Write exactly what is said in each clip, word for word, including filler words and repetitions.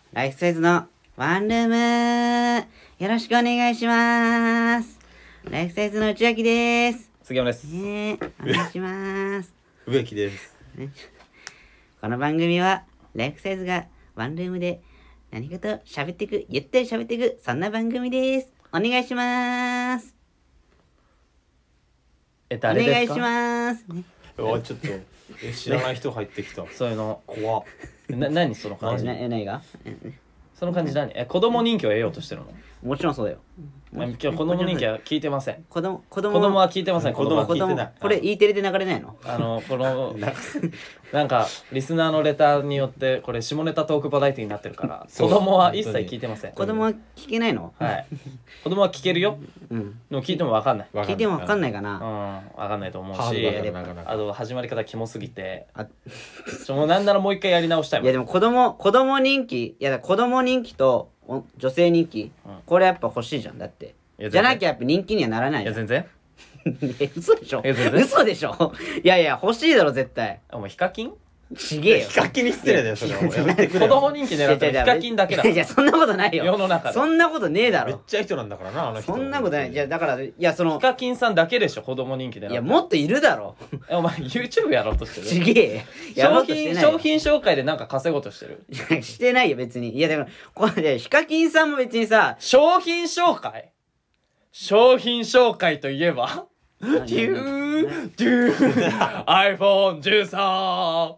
ライフサイズのワンルームよろしくお願いします。ライフサイズの内脇です。 杉山です。 ねえ、お願いします。 植木です。 この番組はライフサイズがワンルームで何かと喋っていく、ゆったり喋っていく、そんな番組です。お願いします。 え、誰ですか？ お願いします。ね、 おちょっとえ知らない人入ってきた。 そういうの怖っ。 な、何その感じ？ な、何が？ その感じ何？え、子供人気を得ようとしてるの？ もちろんそうだよ。 今日子供人気は聞いてません。 子供、子供子供は聞いてません。 子供は子供聞いてない。 これ E テレで流れないの？ あのこのなんかリスナーのレターによってこれ下ネタトークバラエティになってるから子供は一切聞いてません。 子供は聞けないの？ はい。子供は聞けるよ。 うん。 でも聞いても分かんない。 聞いても分かんないかうん、 な。 分かんないと思うし、 ハードだからなかなかあと始まり方キモすぎて、 あ、 ちょもうなんならもう一回やり直したいもん。 いやでも子供子供人気、いや子供人気とお女性人気、 うんこれやっぱ欲しいじゃん。だっていやじゃなきゃやっぱ人気にはならないじゃん。 いや全然。 え嘘でしょ？ いや全然嘘でしょ？いやいや欲しいだろ絶対。 お前ヒカキン？ ちげえよ。 ヒカキンに失礼だよそれ。やめてく子れよ。 供人気狙ってるヒカキンだけだ。 いやそんなことないよ。 世の中でそんなことねえだめっろ。 ちゃいい人なんだからなあの人。 そんなことない。じゃだからいやそのヒカキンさんだけでしょ子供人気狙ってる。 いやもっといるだろ。 えお前 YouTube やろうとしてる？ ちげえ。やろ商うとしてないよ品商品紹介でなんか稼ごうとしてる？ いやしてないよ別に。いやでもこれでヒカキンさんも別にさ。 商品紹介？商品紹介といえばデューデュー アイフォンじゅうさん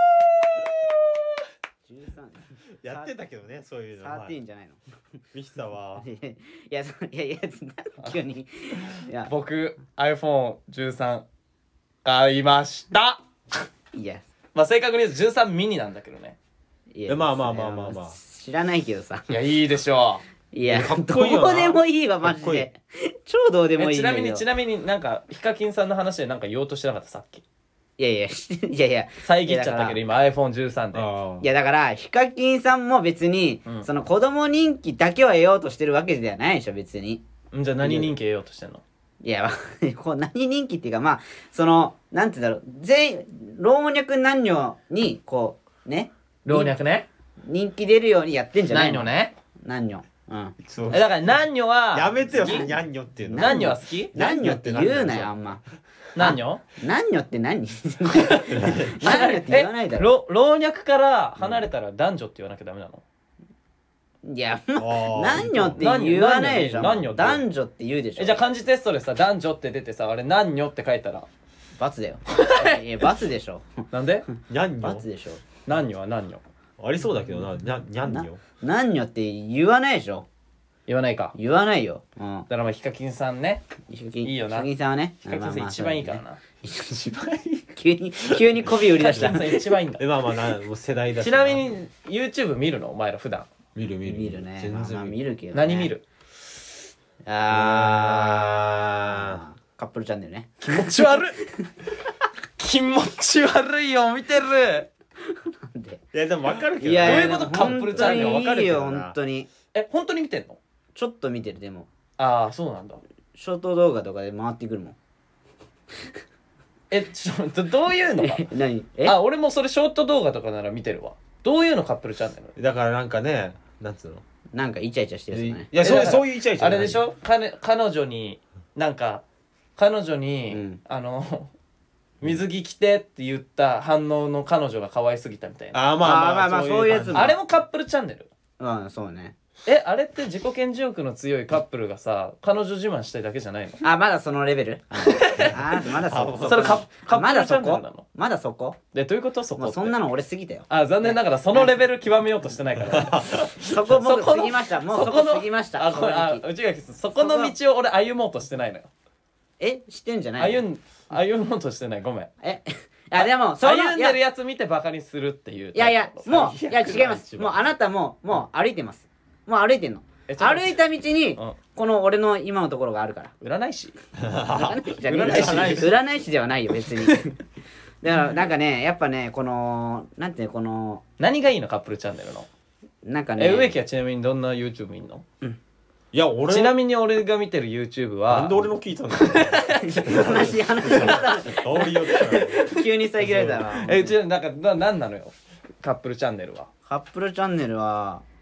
じゅうさんやってたけどねそういうの。 サーティーンじゃないの？ ミスターはいやそいやいや急にいや僕 アイフォンじゅうさん 買いました。 いやまあ正確に言うとじゅうさんミニなんだけどね。 いやまあまあまあまあまあ知らないけどさ。 いやいいでしょいやかっどこいいよなうでもいいわマジで。超どうでう。 もいいんだけど。 えちなみにちなみになんかヒカキンさんの話でなんか言おうとしてなかったさっき。 いやいやしていやいや遮っちゃったけど今 アイフォンじゅうさん で。 あいやだからヒカキンさんも別に、 うんその子供人気だけを得ようとしてるわけではないでしょ別に。 んじゃあ何人気得ようとしてんの？ いやこう何人気っていうかまあそのなんて言うんだろう全員老若男女にこうね老若ね。 人気出るようにやってんじゃないの？ 男女ね。 男女うんそうえだから男女はやめてよ好きそのニャンニョっていうの。 男女は好き？ 男女って言うなよあんま。 男女？ 男女って何？男女って言わないだろ。 ろ老若から離れたら男女って言わなきゃダメなの？ いやまああー男女って言わないでしょ。 男女って男女って言うでしょ。 えじゃあ漢字テストでさ男女って出てさあれ男女って書いたら罰だよ。いや罰でしょ。 なんで？ ニャンニョ罰でしょ。 男女は男女ありそうだけどなニャニャンニなョ。 男女って言わないでしょ。 言わないか。 言わないよ。うん。 だからまあヒカキンさんね。 ヒカキンいいよなヒカキンさんはね。 ヒカキンさん一番いいからな。 一番いい。急に急に媚び売り出した。 ヒカキンさん一番いいんだえ。まあまあなもう世代だしちなみに YouTube 見るのお前ら普段？ 見る見る見るね。まあまあ全然見るけどね。 何見る？ あーカップルチャンネルね。 気持ち悪い気持ち悪いよ見てる。 なんでいやでも分かるけどいやいやどういうことカップルチャンネル本当にいいよわかるけどな本当に。 え本当に見てんの？ ちょっと見てるでもああそうなんだ。 ショート動画とかで回ってくるもん。 えちょっとどういうのかえ何？え？ あ俺もそれショート動画とかなら見てるわ。どういうのカップルチャンネル？ だからなんかねなんつうのなんかイチャイチャしてるやつね。 いやそうえだからそういうイチャイチャあれでしょ彼彼女になんか彼女に、 うんあの水着着てって言った反応の彼女が可愛すぎたみたいな。 あーまあまああーまあまあそういうやつもあれもカップルチャンネル？ うんそうね。 えあれって自己顕示欲の強いカップルがさ彼女自慢したいだけじゃないの？ あまだそのレベル？あーまだそこ。 それカッカップルチャまだそこンネルなの？ まだそこでどういうことそこって？ もうそんなの俺過ぎたよ。 あ残念ながらそのレベル極めようとしてないからそこ僕そこの過ぎました。もうそこそこの過ぎました。 あこれあ正直内垣さんそこの道を俺歩もうとしてないのよ。 え知ってんじゃないの？ 歩ん歩もうとしてないごめん。 えあでもその歩んでるやつ見てバカにするっていういやいやもういや最悪だ違います一番もうあなたももう歩いてますもう歩いてんのえちょっと歩いた道にうんこの俺の今のところがあるから占い師占い師じゃねえ占い師占い師ではないよ別にだからなんかねやっぱねこのなんていうのこの何がいいのカップルチャンネルの？ なんかねえ植木はちなみにどんな YouTube 見んの？ いや俺ちなみに俺が見てる YouTube はなんで俺の聞いたんだ話話が香りよって急に遮られたなえうちなんかななんなのよカップルチャンネルは。 カップルチャンネルは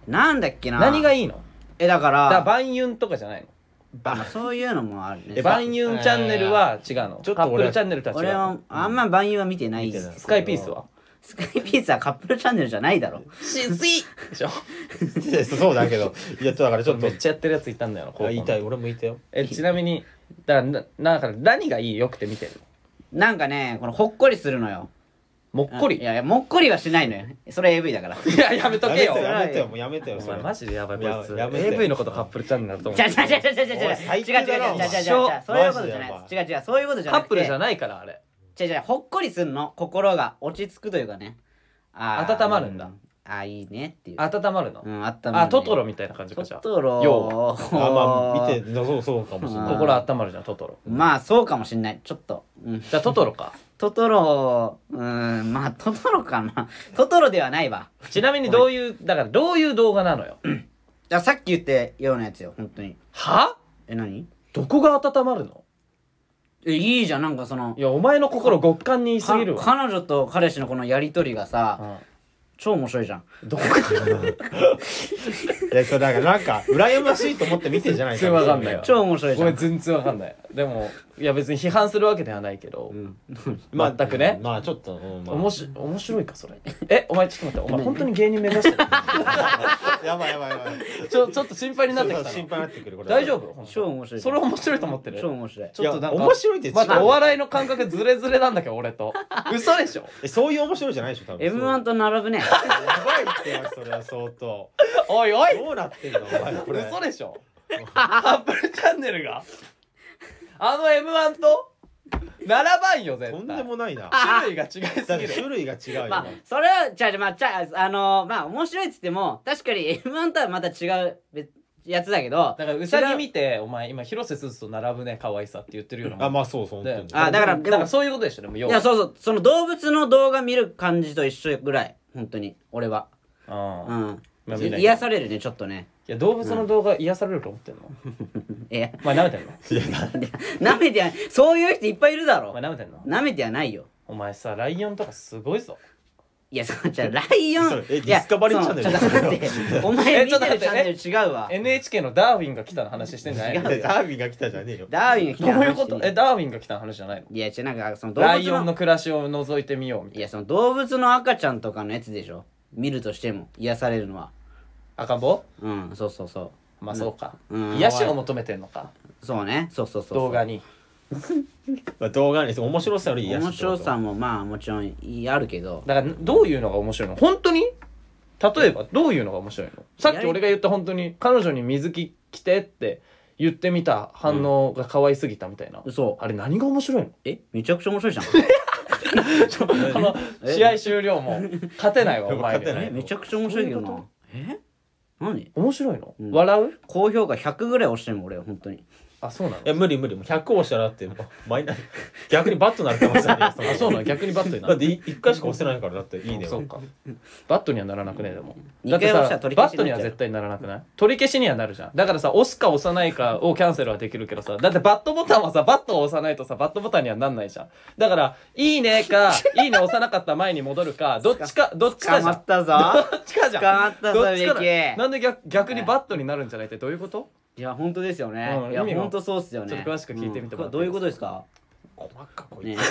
なんだっけな。 何がいいの？ えだからだからバンユンとかじゃないの？ まあそういうのもあるね。 えバンユンチャンネルは違うの？ ちょっと俺カップルチャンネルとは違う俺はあんま万有は見てないっす。 スカイピースはスカイピースはカップルチャンネルじゃないだろ。 しすいでしょ。 そうだけどいやだからちょっとめっちゃやってるやついたんだよな。高校の言いたい俺も言いたよ。 えちなみにだからななんか何がいいよくて見てるの？ なんかねこのほっこりするのよ。 もっこり。 いやいやもっこりはしないのよ。それ エーブイ だから。 いややめとけよ。 やめてよもうやめてよそれ。 お前マジでやばいこいつ。 やめてエーブイ のことカップルチャンネルだと思う。 じゃじゃじゃじゃじゃじゃじゃおい最低だな違う違う違う違う違う違うお前そういうことじゃないマジ違う違うそういうことじゃなくてカップルじゃないからあれ。 違う違うほっこりするの心が落ち着くというかね。あー温まるんだ。 あーいいねっていう。 温まるの。 うん温まるね。 あトトロみたいな感じかじゃあ。 トトロ要あまあ見てそうそうかもしれない。 心温まるじゃんトトロ。 まあそうかもしんないちょっと、うん、 じゃあトトロか。 トトロうんまあトトロかなトトロではないわ。 ちなみにどういうだからどういう動画なのよ。 じゃさっき言ってようなやつよ本当に。 は？ え何？ どこが温まるの？ えいいじゃんなんかそのいやお前の心極寒に言いすぎるわ。 か彼女と彼氏のこのやりとりがさ、 うん超面白いじゃん。 どこかいやそれだからなんか羨ましいと思って見てんじゃないか。 全然わかんないわ超面白いじゃん。 ごめん全然わかんないでもいや別に批判するわけではないけど、 まあ全くねまあちょっとうんまあおもし面白いかそれえお前ちょっと待ってお前本当に芸人目指してるやばいやばいやばい。 ちょちょっと心配になってきた心配になってくるこれ。 大丈夫？ 超面白いじそゃん。 れ面白いと思ってる超面白い。 ちょっとなんかいや面白いって違う待ってお笑いの感覚ズレズレなんだけど俺と嘘でしょえそういう面白いじゃないでしょ多分。 エムワン と並ぶね。 やばいってよそれは相当。 おいおいどうなってんのお前これ。 嘘でしょカップルチャンネルがあの エムワン と並ばんよ絶対とんでもないな。 種類が違いすだってぎる種類が違うよ。 まあそれはじゃあまあじゃああのー、まあ面白いっつっても確かに エムワン とはまた違う別やつだけどだからウサギ見てお前今広瀬すずと並ぶね可愛さって言ってるようなもんあまあそうそうで本当に。 あだからでもだからそういうことでしょでも要はいやそうそうその動物の動画見る感じと一緒ぐらい本当に俺はああうんまあ見ない癒されるねちょっとね。 いや動物の動画癒されると思ってんのいやお前舐めてんのなめてはそういう人いっぱいいるだろお前舐めてんのなめてはないよ。 お前さライオンとかすごいぞいやそうじゃあライオンそれえいやディスカバリーチャンネルそのちょっと待ってお前見てるチャンネル違うわ。 エヌエイチケー のダーウィンが来たの話してんじゃないの違うダービーが来たじゃねえよ。 ダーウィンが来どた話ういうことえダーウィンが来たの話じゃないのいや違うなんかその動物のライオンの暮らしを覗いてみようみたいいやその動物の赤ちゃんとかのやつでしょ見るとしても癒されるのは。 な赤ん坊うんそうそうそまあそうかうん癒しを求めてんのかうそうねそうそうそうそう動画にまあ動画に面白さより癒し面白さもまあもちろんいあるけどだからどういうのが面白いの本当に例えばどういうのが面白いのさっき俺が言った本当に彼女に水着着てって言ってみた反応が可愛すぎたみたいな、 嘘あれ何が面白いのえめちゃくちゃ面白いじゃんあの試合終了も勝てないわお前に勝てないえめちゃくちゃ面白いけどなどういうこえ何面白いの、 うん笑う高評価ひゃくぐらい押してるもん俺本当にあそうなのいや無理無理もうひゃく押したらだってもうマイナス逆にバットになる可能性あるよあそうなの逆にバットになるだってい一回しか押せないからだっていいねそうかバットにはならなくねでも二だって回押したさら取り消しになっちゃうバットには絶対ならなくない取り消しにはなるじゃんだからさ押すか押さないかをキャンセルはできるけどさだってバットボタンはさバットを押さないとさバットボタンにはなんないじゃんだからいいねかいいね押さなかった前に戻るかどっちかどっちかじゃん捕まったぞどっちかじゃん捕まったぞどっちかだミキなんで逆逆にバットになるんじゃないってどういうこといや本当ですよね、いやうん意味が本当そうっすよねちょっと詳しく聞いてみてもらっていいですかうんこれどういうことですか細かこいね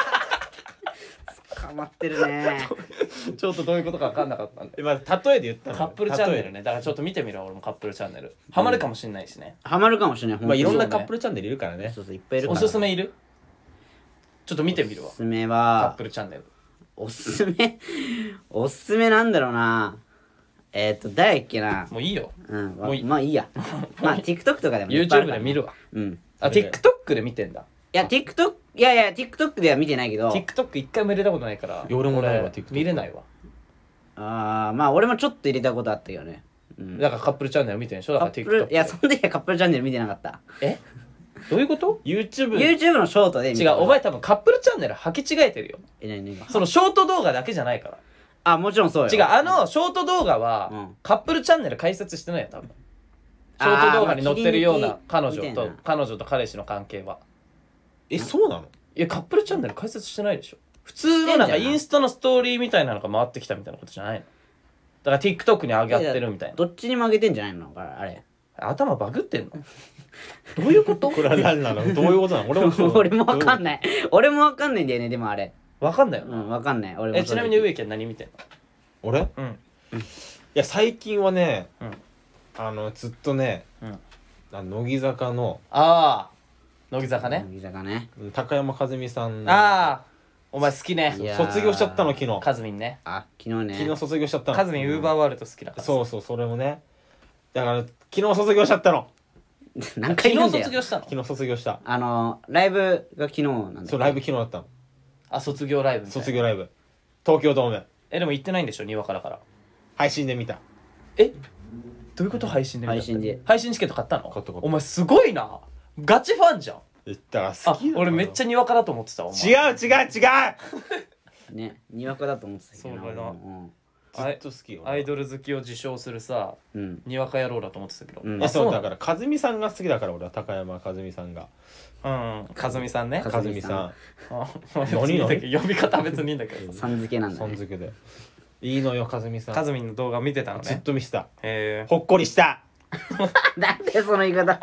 つ捕まってるねちょっとどういうことか分かんなかったんで今例えで言ったのカップルチャンネルねだからちょっと見てみろ俺もカップルチャンネルハマるかもしんないしね、 ハマるかもしれないまあいろんなそうねカップルチャンネルいるからねそうそういっぱいいるかおらすすめいるちょっと見てみるわおすすめカッはプルチャンネルおすすめおすすめなんだろうなえっ、ー、と誰だっけなもういいようんもういいまあいいやまあ TikTok とかでもいっぱいある YouTube からで見るわうんあ TikTok で見てんだいや TikTok いやいや TikTok では見てないけど TikTok 一回も入れたことないからいや俺もないわ TikTok 見れないわあーまあ俺もちょっと入れたことあったけどね、うん、 だからカップルチャンネル見てんでしょだからカップル TikTok いやそん時はカップルチャンネル見てなかったえどういうこと YouTube YouTube のショートで見た違うお前多分カップルチャンネル履き違えてるよえ何何そのショート動画だけじゃないからあもちろんそうよ違うあのショート動画は、 うんカップルチャンネル開設してないよ多分ショート動画に載ってるような彼女とみたいな彼女と彼氏の関係はえそうなのいやカップルチャンネル開設してないでしょ普通のなんかインスタのストーリーみたいなのが回ってきたみたいなことじゃないのだから TikTok に上がってるみたいな。 どっちにも上げてんじゃないのあれ頭バグってんの？どういうことこれは何なの？どういうことなの？俺も俺もわかんい。 ない俺もわかんないんだよねでもあれわかんないよな。 うんわかんない俺もえ、ちなみに植木は何見てん俺？いの？うん。 や最近はね、 うんあのずっとね、 うんあの乃木坂のああ、乃木坂ね。 乃木坂ね高山和美さんのああ、お前好きねい。や卒業しちゃったの昨日。 カズミンね。 あ昨日ね昨日卒業しちゃったの。 カズミンウーバーワールド好きだから。 そうそうそれもね。だから昨日卒業しちゃったの。 何昨日回言うんだよ卒業したの？ 昨日卒業した。 あのライブが昨日なんだっけそうライブ昨日だったの。 あ、卒業ライブみたいな。 卒業ライブ。東京ドーム。 え、でも行ってないんでしょ、にわかだから。 配信で見た。 え、どういうこと？配信で見た配信で配信チケット買ったの？ 買った買ったお前すごいな。ガチファンじゃん。 言ったら好あきだ、 俺めっちゃにわかだと思ってたわ。お前違う違う違う。 ねにわかだと思ってたけどそうだなうんずっと好きよ。 アイドル好きを自称するさ、 うんにわか野郎だと思ってたけど。 うんいやそうだなのから和美さんが好きだから俺は高山和美さんが。 うん、かずみさんね。 か和美さん。 あ何別にいいんだけど呼び方は別にいいんだけどさ。 さん付けなんだねさん付けで。いいのよ和美さん。 かずみんの動画見てたのずっね。 と見てた。 へえ。 ほっこりした。 なんでその言い方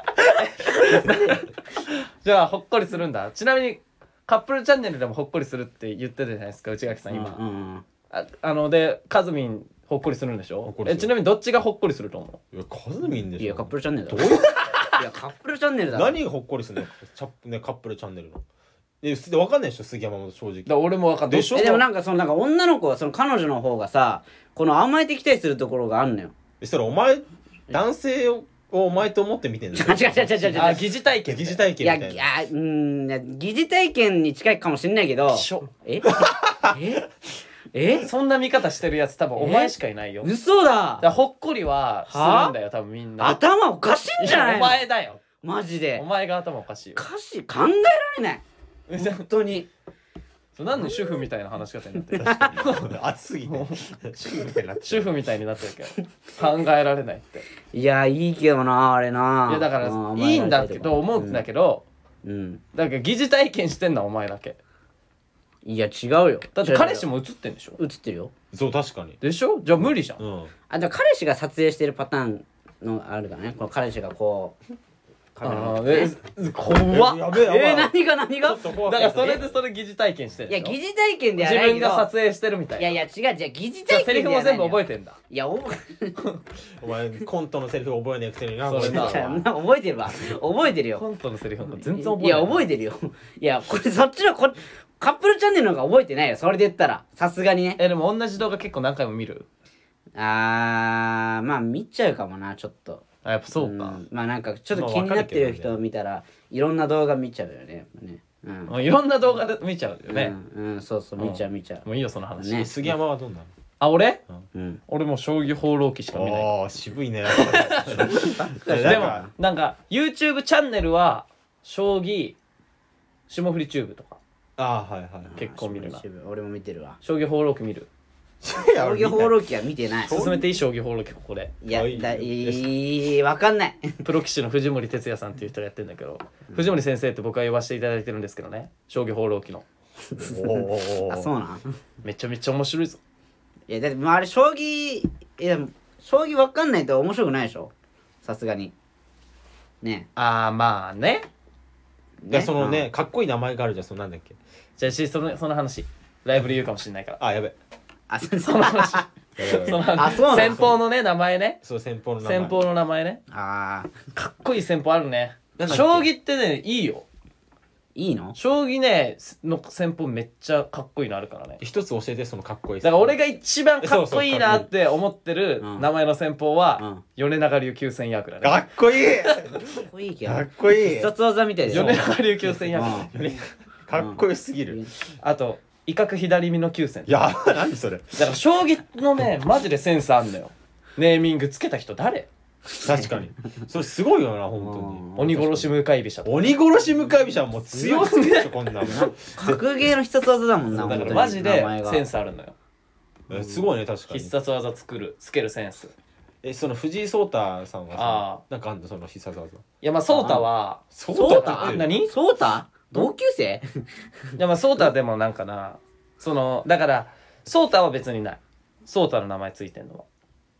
じゃあほっこりするんだ。ちなみにカップルチャンネルでもほっこりするって言ってたじゃないですか、内垣さん今。 うんうんああのでかずみんほっこりするんでしょほっこ。りするえ、ちなみにどっちがほっこりすると思う？ いや和美んでしょ。 いやカップルチャンネルだどういういやカップルチャンネルだ何がほっこりするの？チャップねカップルチャンネルの。え普通でわかんないでしょ杉山も正直。 だから俺もわかんない。 でしょえでもなんかそのなんか女の子はその彼女の方がさこの甘えてきたりするところがあんのよえそれお前男性をお前と思って見てんの？ 違う違う違う違う違うあ、疑似体験。 疑似体いや験みたいな。 あうーんいや疑似体験に近いかもしんないけどきしょ。 えええそんな見方してるやつ多分お前しかいないよ。だか嘘だらほっこりはするんだよ多分みんな。 頭おかしいんじゃないおの前だよ。 マジでお前が頭おかしいよ。 歌詞考えられない本当にそうなんで主婦みたいな話し方になってる？ 熱すぎて主婦みたいになってる主婦みたいになってるけど考えられないって。 いやいいけどなあれないやだからうんいいんだけど思うんだけど、 うんだから疑似体験してんのはお前だけ。 いや違うよだって彼氏も映ってんでしょ？ 映ってるよそう確かに。 でしょ？じゃあ無理じゃん。 うんあじゃあ彼氏が撮影してるパターンのあるからねこの彼氏がこうカメラあにーえ怖っ。 やべえやべええー、何が何がちょっと怖だかったからそれでそれ疑似体験してるでしょ？ いや疑似体験では自ないけど分が撮影してるみたいな。 いやいや違う違う疑似じゃあセリフ体験ではないも全部覚えててんだ。 いやおお前コントのセリフ覚えねえくせになそれだこれいや覚えてるわ覚えてるよコントのセリフも全然覚えいや覚えててるよいやこれそっちのこカップルチャンネルの方が覚えてないよそれで言ったらさすがにねえでも同じ動画結構何回も見る？ あーまあ見ちゃうかもなちょっとあやっぱそうか。 んまあなんかちょっと気になってる人を見たらいろんな動画見ちゃうよねやっぱねうんもういろんな動画で見ちゃうよね。 うん、うん、そうそう見ちゃう見ちゃうもういいよその話。 ね杉山はどんなの？ あ俺？ うん俺もう将棋放浪記しか見ない。 ああ渋いねでもでもなんか YouTube チャンネルは将棋霜降りチューブとかああはいはい結構見るな。 渋い俺も見てるわ将棋放浪記見る。 将棋放浪記は見てない進めていい将棋放浪記ここで。 いやあいいだいいわかんないプロ棋士の藤森哲也さんっていう人がやってるんだけど、藤森先生って僕は呼ばせていただいてるんですけどね、将棋放浪記のおおあそうなんめちゃめちゃ面白いぞ。 いやだってまああれ将棋いや将棋わかんないと面白くないでしょさすがにねあーまあね。 でそのねかっこいい名前があるじゃんそのなんだっけじゃあしそのその話ライブで言うかもしれないから。 あやべあそその話やべやべその話あそうなの先方のね名前ね。 あそう先方の名前先方の名前ね。 あーかっこいい先方あるね。 なんだっけ将棋ってねいいよ。 いいの将棋ねの先方めっちゃかっこいいのあるからね。 一つ教えてそのかっこいいだから俺が一番かっこいいなって思ってるうん名前の先方うんは米長流急戦役だね。 かっこいいかっこいいけどかっこいい必殺技みたいでしょ米長流急戦役。 かっこよすぎるあと威嚇左身の急戦。 いや何それだから将棋のねマジでセンスあんのよ。ネーミングつけた人誰？ 確かにそれすごいよな本うん鬼殺し向かい飛車当に鬼殺し向かい飛車はもう強すぎでしょこんなの格ゲーの必殺技だもんなだか本当にらマジで名前がセンスあるのよ。 えすごいね確かに必殺技作るつけるセンス。いえその藤井聡太さんはあさなんかあんのその必殺技やまあ颯太は聡そう太って言ってる何？ そうた同級生いやまあ颯太はでもなんかなそのだから颯太は別にない。颯太の名前ついてんのは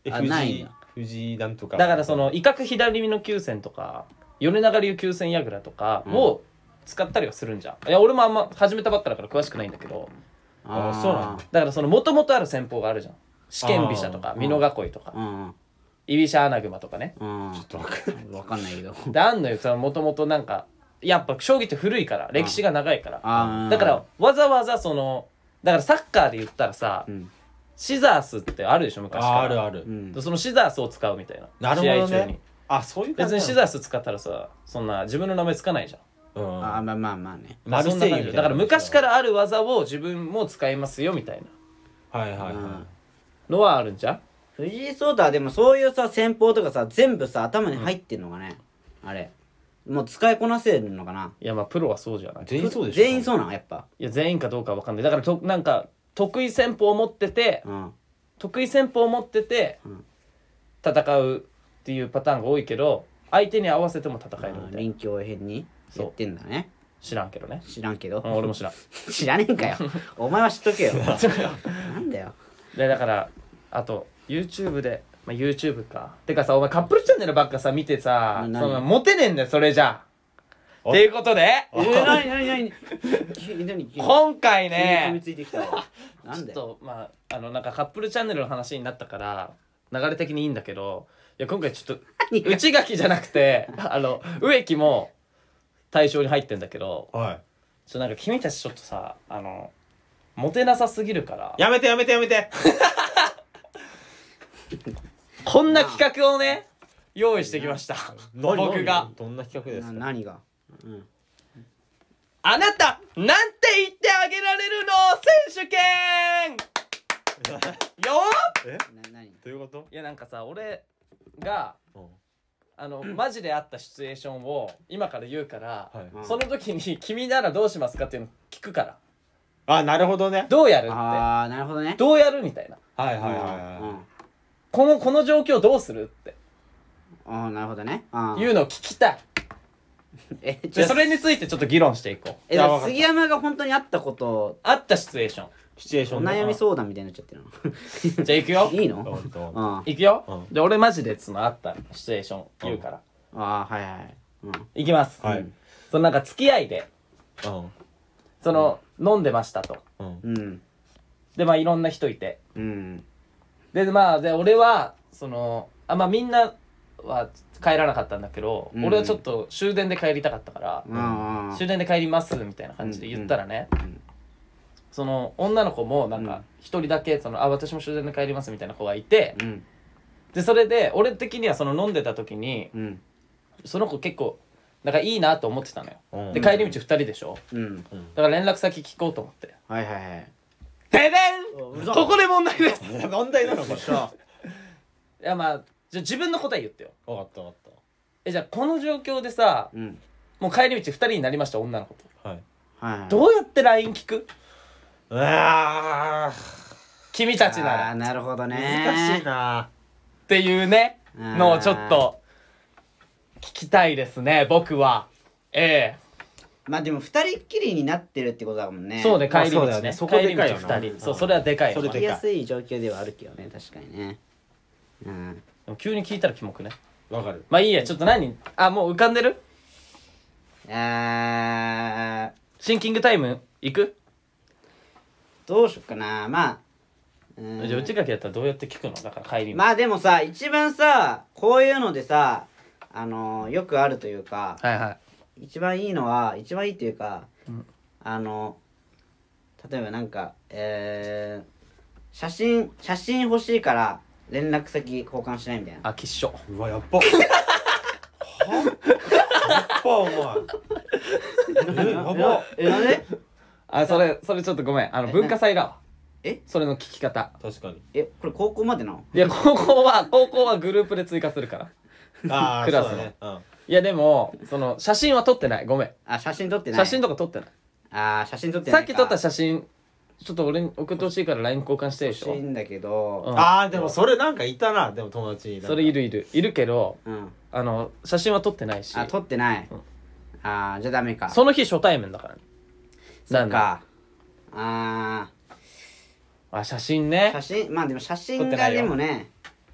えあないんだ藤井なんとかだからその威嚇左耳の急線とか米長流急線櫓とかを使ったりはするんじゃん。いや俺もあんま始めたばっかだから詳しくないんだけど、 あーそうなんだだからその元々ある戦法があるじゃん。試験飛車とかー美濃囲いとかうん居飛車穴熊とかね。 うんちょっとわかんないわかんないけどであんのよ、その元々なんかやっぱ将棋って古いから歴史が長いからあーだからわざわざそのだからサッカーで言ったらさ、 うんシザースってあるでしょ昔から。 ああるある、 うんそのシザースを使うみたいな。 なるほどね試合中にあそういう感じ別にシザース使ったらさそんな自分の名前つかないじゃん。 うんあまあまあまあねまあそんな感じだから昔からある技を自分も使いますよみたいなはいはいはい、 うんのはあるんじゃん。 藤井聡太はでもそういうさ戦法とかさ全部さ頭に入ってんのかね、あれもう使いこなせるのかないやまあプロはそうじゃない。 全員そうでしょ全員そうなのやっぱいや全員かどうかわかんない。だからとなんか得意戦法を持っててうん得意戦法を持っててうん戦うっていうパターンが多いけど相手に合わせても戦えるみたいな。 臨機応変にやってんだね知らんけどね。 知らんけどうん俺も知らん。 知らねえんかよお前は知っとけよなんだよでだからあと YouTube で、まあ、YouTube かてかさお前カップルチャンネルばっかさ見てさな何そのモテねえんだよそれじゃおっていうことでえー、なになになに何今回急に噛みねついてきたわなんちょっだよとまああのなんかカップルチャンネルの話になったから流れ的にいいんだけどいや今回ちょっと何が内垣じゃなくてあの植木も対象に入ってんだけどはちょっとなんか君たちちょっとさあのモテなさすぎるからいやめてやめてやめてこんな企画をね用意してきました何僕がどんな企画ですかな何が、うん、 あなたなんて言ってあげられるの選手権よえな何どういうこといやなんかさ俺がうんあのマジであったシチュエーションを今から言うから、 はいうんその時に君ならどうしますかっていうの聞くからあなるほどねどうやるってああなるほどねどうやるみたいなはいはいはいうんはこのこの状況どうするってうんあーなるほどねあーいうのを聞きたいえちょでそれについてちょっと議論していこうえいやわかった杉山が本当にあったことあったシチュエーションいシチュエーショおンね悩み相談みたいになっちゃってるのじゃあ行くよいいのほんとほんとあ行くよ、 うんで俺マジでそのあったシチュエーション言うから、 あーはいはいうん行きます、 はいうんそのなんか付き合いでうんその、飲んでましたとうんうんでまあいろんな人いてうんでまあで俺はそのあまあみんなは帰らなかったんだけど、 うん俺はちょっと終電で帰りたかったから、 あー終電で帰りますみたいな感じで言ったらね、 んその女の子もなんうんか一人だけそのあ私も終電で帰りますみたいな子がいて、 うんでそれで俺的にはその飲んでた時にうんその子結構なんかいいなと思ってたのよ、 うんで帰り道ふたりでしょうんだから連絡先聞こうと思ってはいはいはいででんうざここで問題です問題なのこれさいやまあじゃあ自分の答え言ってよ分かった分かっえじゃあこの状況でさうんもう帰り道ふたりになりました女の子とたはいはいはいどうやって ライン 聞くうわ君たちなあーらなるほどーね難しいなっていうねあーのをちょっと聞きたいですね僕はえまあでも二人っきりになってるってことだもんねえそうねまあ帰り道ねそうだよねそこ帰り道でかいよなふたりそうそれはでかいよそれでかい聞きやすい状況ではあるけどね確かにねうんでも急に聞いたらキモくね分かるまあいいやちょっと何あもう浮かんでるあーシンキングタイム行くどうしよっかなまあうんじゃあ内垣やったらどうやって聞くのだから帰り道まあでもさ一番さこういうのでさあのよくあるというかはいはい一番いいのは一番いいというか、 うんあの例えばなんかえー、写真写真欲しいから連絡先交換しないみたいなあきっしょうわやっばはやっばお前えやばえなんであそれそれちょっとごめんあのえ文化祭だわえそれの聞き方確かにえこれ高校までなのいや高校は高校はグループで追加するからああクラスのそうだねうんいやでもその写真は撮ってないごめんあ写真撮ってない写真とか撮ってないあー写真撮ってないかさっき撮った写真ちょっと俺に送ってほしいから ライン 交換してでしょ欲しいんだけどうんああでもそれなんかいたなでも友達にそれいるいるいるけどうんあの写真は撮ってないしあ撮ってない、 うんあーじゃあダメかその日初対面だからねなんだそっかああ写真ーね写真まあでも写真が撮ってないよでもね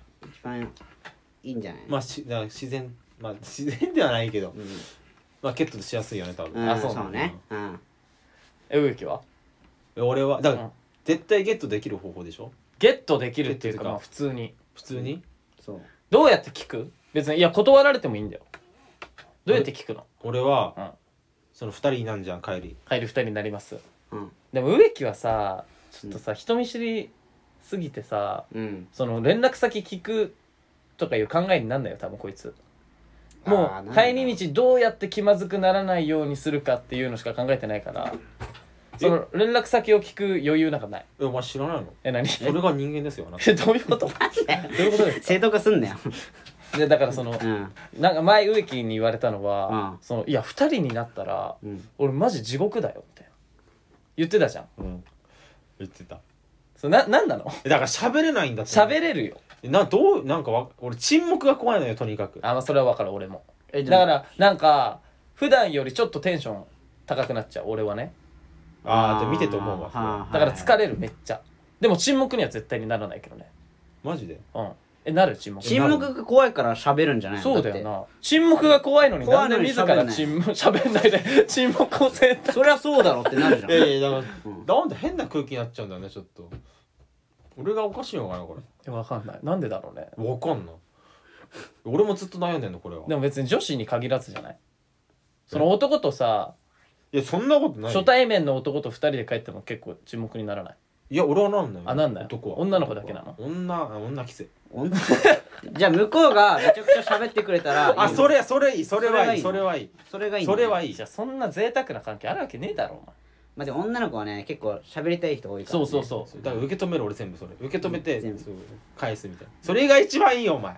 番いいんじゃない？ まあしだから自然まあ自然ではないけど、 うんまあゲットしやすいよね多分、 うん、 あそうそうねうんえ植木は俺はだから、 うん絶対ゲットできる方法でしょゲットできるっていうかゲットっていうかまあ普通に普通に、 そうどうやって聞く別にいや断られてもいいんだよどうやって聞くの俺は、 うんそのふたりになんじゃん帰り帰りふたりになりますうんでも植木はさちょっとさ人見知りすぎてさうんその連絡先聞くとかいう考えになんないよ多分こいつもあーなんだう帰り道どうやって気まずくならないようにするかっていうのしか考えてないからその連絡先を聞く余裕なんかないえお前知らないのえ何それが人間ですよあなたえどういうことどういうことですか正当化すんなよでだからそのうんなんか前植木に言われたのは、 うんそのいやふたりになったらうん俺マジ地獄だよみたいな言ってたじゃんうん言ってたそれななんなのえだから喋れないんだって喋れるよなどうなんかわ俺沈黙が怖いのよとにかくあまあそれは分かる俺もえだからなんか普段よりちょっとテンション高くなっちゃう俺はねああじゃあ見てて思うわはあだから疲れるめっちゃでも沈黙には絶対にならないけどねマジでうんえなる沈黙沈黙が怖いから喋るんじゃないのそうだよな沈黙が怖いのに怖のにないんで自ら沈黙喋んないで沈黙を選択そりゃそうだろってなるじゃんいやいやだから、 うんなんで変な空気になっちゃうんだよねちょっと俺がおかしいのかなこれ分かんないなんでだろうねわかんない俺もずっと悩んでんのこれはでも別に女子に限らずじゃないその男とさいやそんなことないよ初対面の男とふたりで帰っても結構沈黙にならないいや俺はなんないよあなんない男は女の子だけなの女あ女規制女じゃあ向こうがめちゃくちゃ喋ってくれたらいいのあそれそれいいそれはいいそそれはれはいいそれがいいのそれはいいじゃあそんな贅沢な関係あるわけねえだろお前まあでも女の子はね結構喋りたい人多いから、ね、 そうそうそうだから受け止める俺全部それ受け止めて全部そう返すみたいなそれが一番いいよお前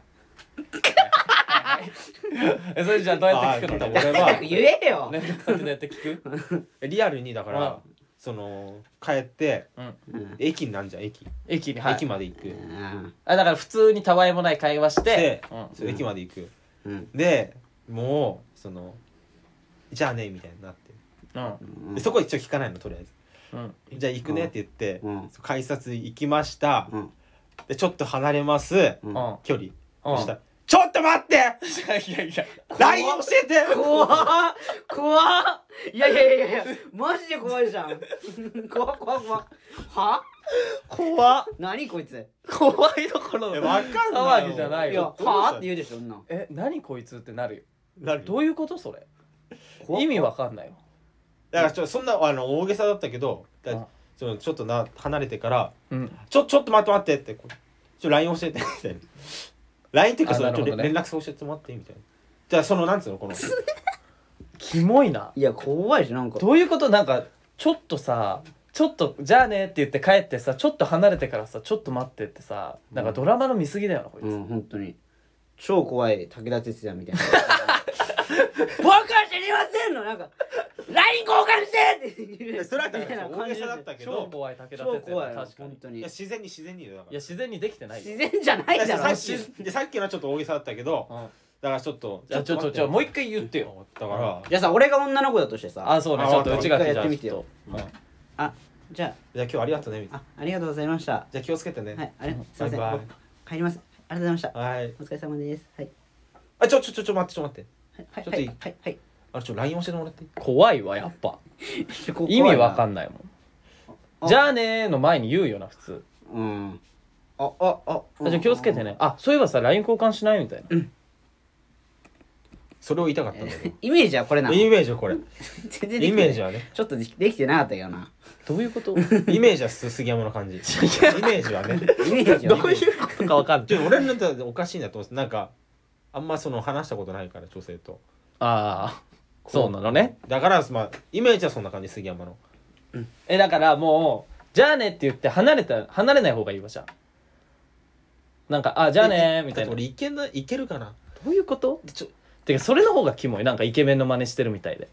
えそれじゃあどうやって聞くのあー俺は早く言えよ、 連絡先どうやって聞くリアルにだからうんその帰ってうんうん駅になんじゃん駅駅にはい駅まで行くうんあだから普通にたわいもない会話してでうんそう駅まで行くうんでもうそのじゃあねみたいになってうんうんでそこは一応聞かないのとりあえずうんじゃあ行くねって言ってうん改札行きましたうんでちょっと離れますうんうん距離うんそしたらちょっと待っていやいやいやライン 教えて怖っ怖っいやいやいやいやマジで怖いじゃん怖っ怖っ怖っは怖っ何こいつ怖いところえわかんないよ騒ぎじゃないいやよはあって言うでしょそんなんえ何こいつってなるよなるどういうことそれ怖っ意味わかんないよだからちょそんなあの大げさだったけどだうんちょちょっとな離れてからうんちょちょっと待って待ってってこうちょ ライン 教えてみたいな ライン っていうかそのちょあなるほどね連絡先教えてもらってみたいなじゃあそのなんつうのこのキモいないや怖いしなんかどういうことなんかちょっとさちょっとじゃあねって言って帰ってさちょっと離れてからさちょっと待ってってさなんかドラマの見過ぎだよなこいつ、 うん本当に超怖い武田鉄矢みたいな僕は知りませんのなんか ライン 交換してって言うそれはみたいな感じで大げさだったけ超ど怖い武田超鉄矢怖い確かに本当にいや自然に自然に言うよだからいや自然にできてないよ自然じゃないだろさっきでさっきのはちょっと大げさだったけどうんだからちょっとじゃあちょちょちょもう一回言ってよだからじゃあさ俺が女の子だとしてさあそうねあちょっと内垣一回じゃあやってみてよちょっとうんあじゃじゃあ今日ありがとうねみたいああありがとうございましたなじゃあ気をつけてねはいあれすいませんバイバイ僕帰りますありがとうございましたはいお疲れ様ですはいあちょちょちょちょ待ってちょ待ってはいちょっといいはいはいはいあれちょ ライン 教えてもらっていい怖いわやっぱ意味わかんんないもんじゃあねーの前に言うよな普通うんああああじゃあ気をつけてねあそういえばさ ライン 交換しないみたいなそれを言いたかったんだけどイメージはこれなのイメージはこれ全然できてないイメージはねちょっとできできてなかったけどなどういうことイメージはす杉山の感じイメージはねイメージはどういうことかわかんないちょ俺のだっておかしいなと思ってなんかあんまその話したことないから女性とああそうなのねだからまあイメージはそんな感じ杉山のえだからもうじゃあねって言って離れた離れない方がいいわじゃあなんかあじゃあねーみたいなどだって俺いけないけるかなういうことちょてかそれの方がキモいなんかイケメンの真似してるみたいで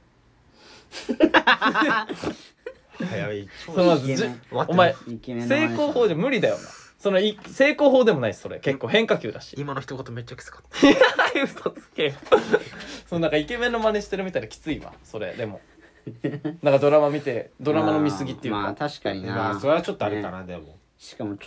早いそのまずじイケメンお前イケメンの成功法じゃ無理だよなそのい成功法でもないしそれ結構変化球だし今の一言めっちゃきつかった嘘つけよそのなんかイケメンの真似してるみたいできついわそれでもなんかドラマ見てドラマの見過ぎっていうか、 まあ確かになまあそれはちょっとあれかなでもしかもちょっと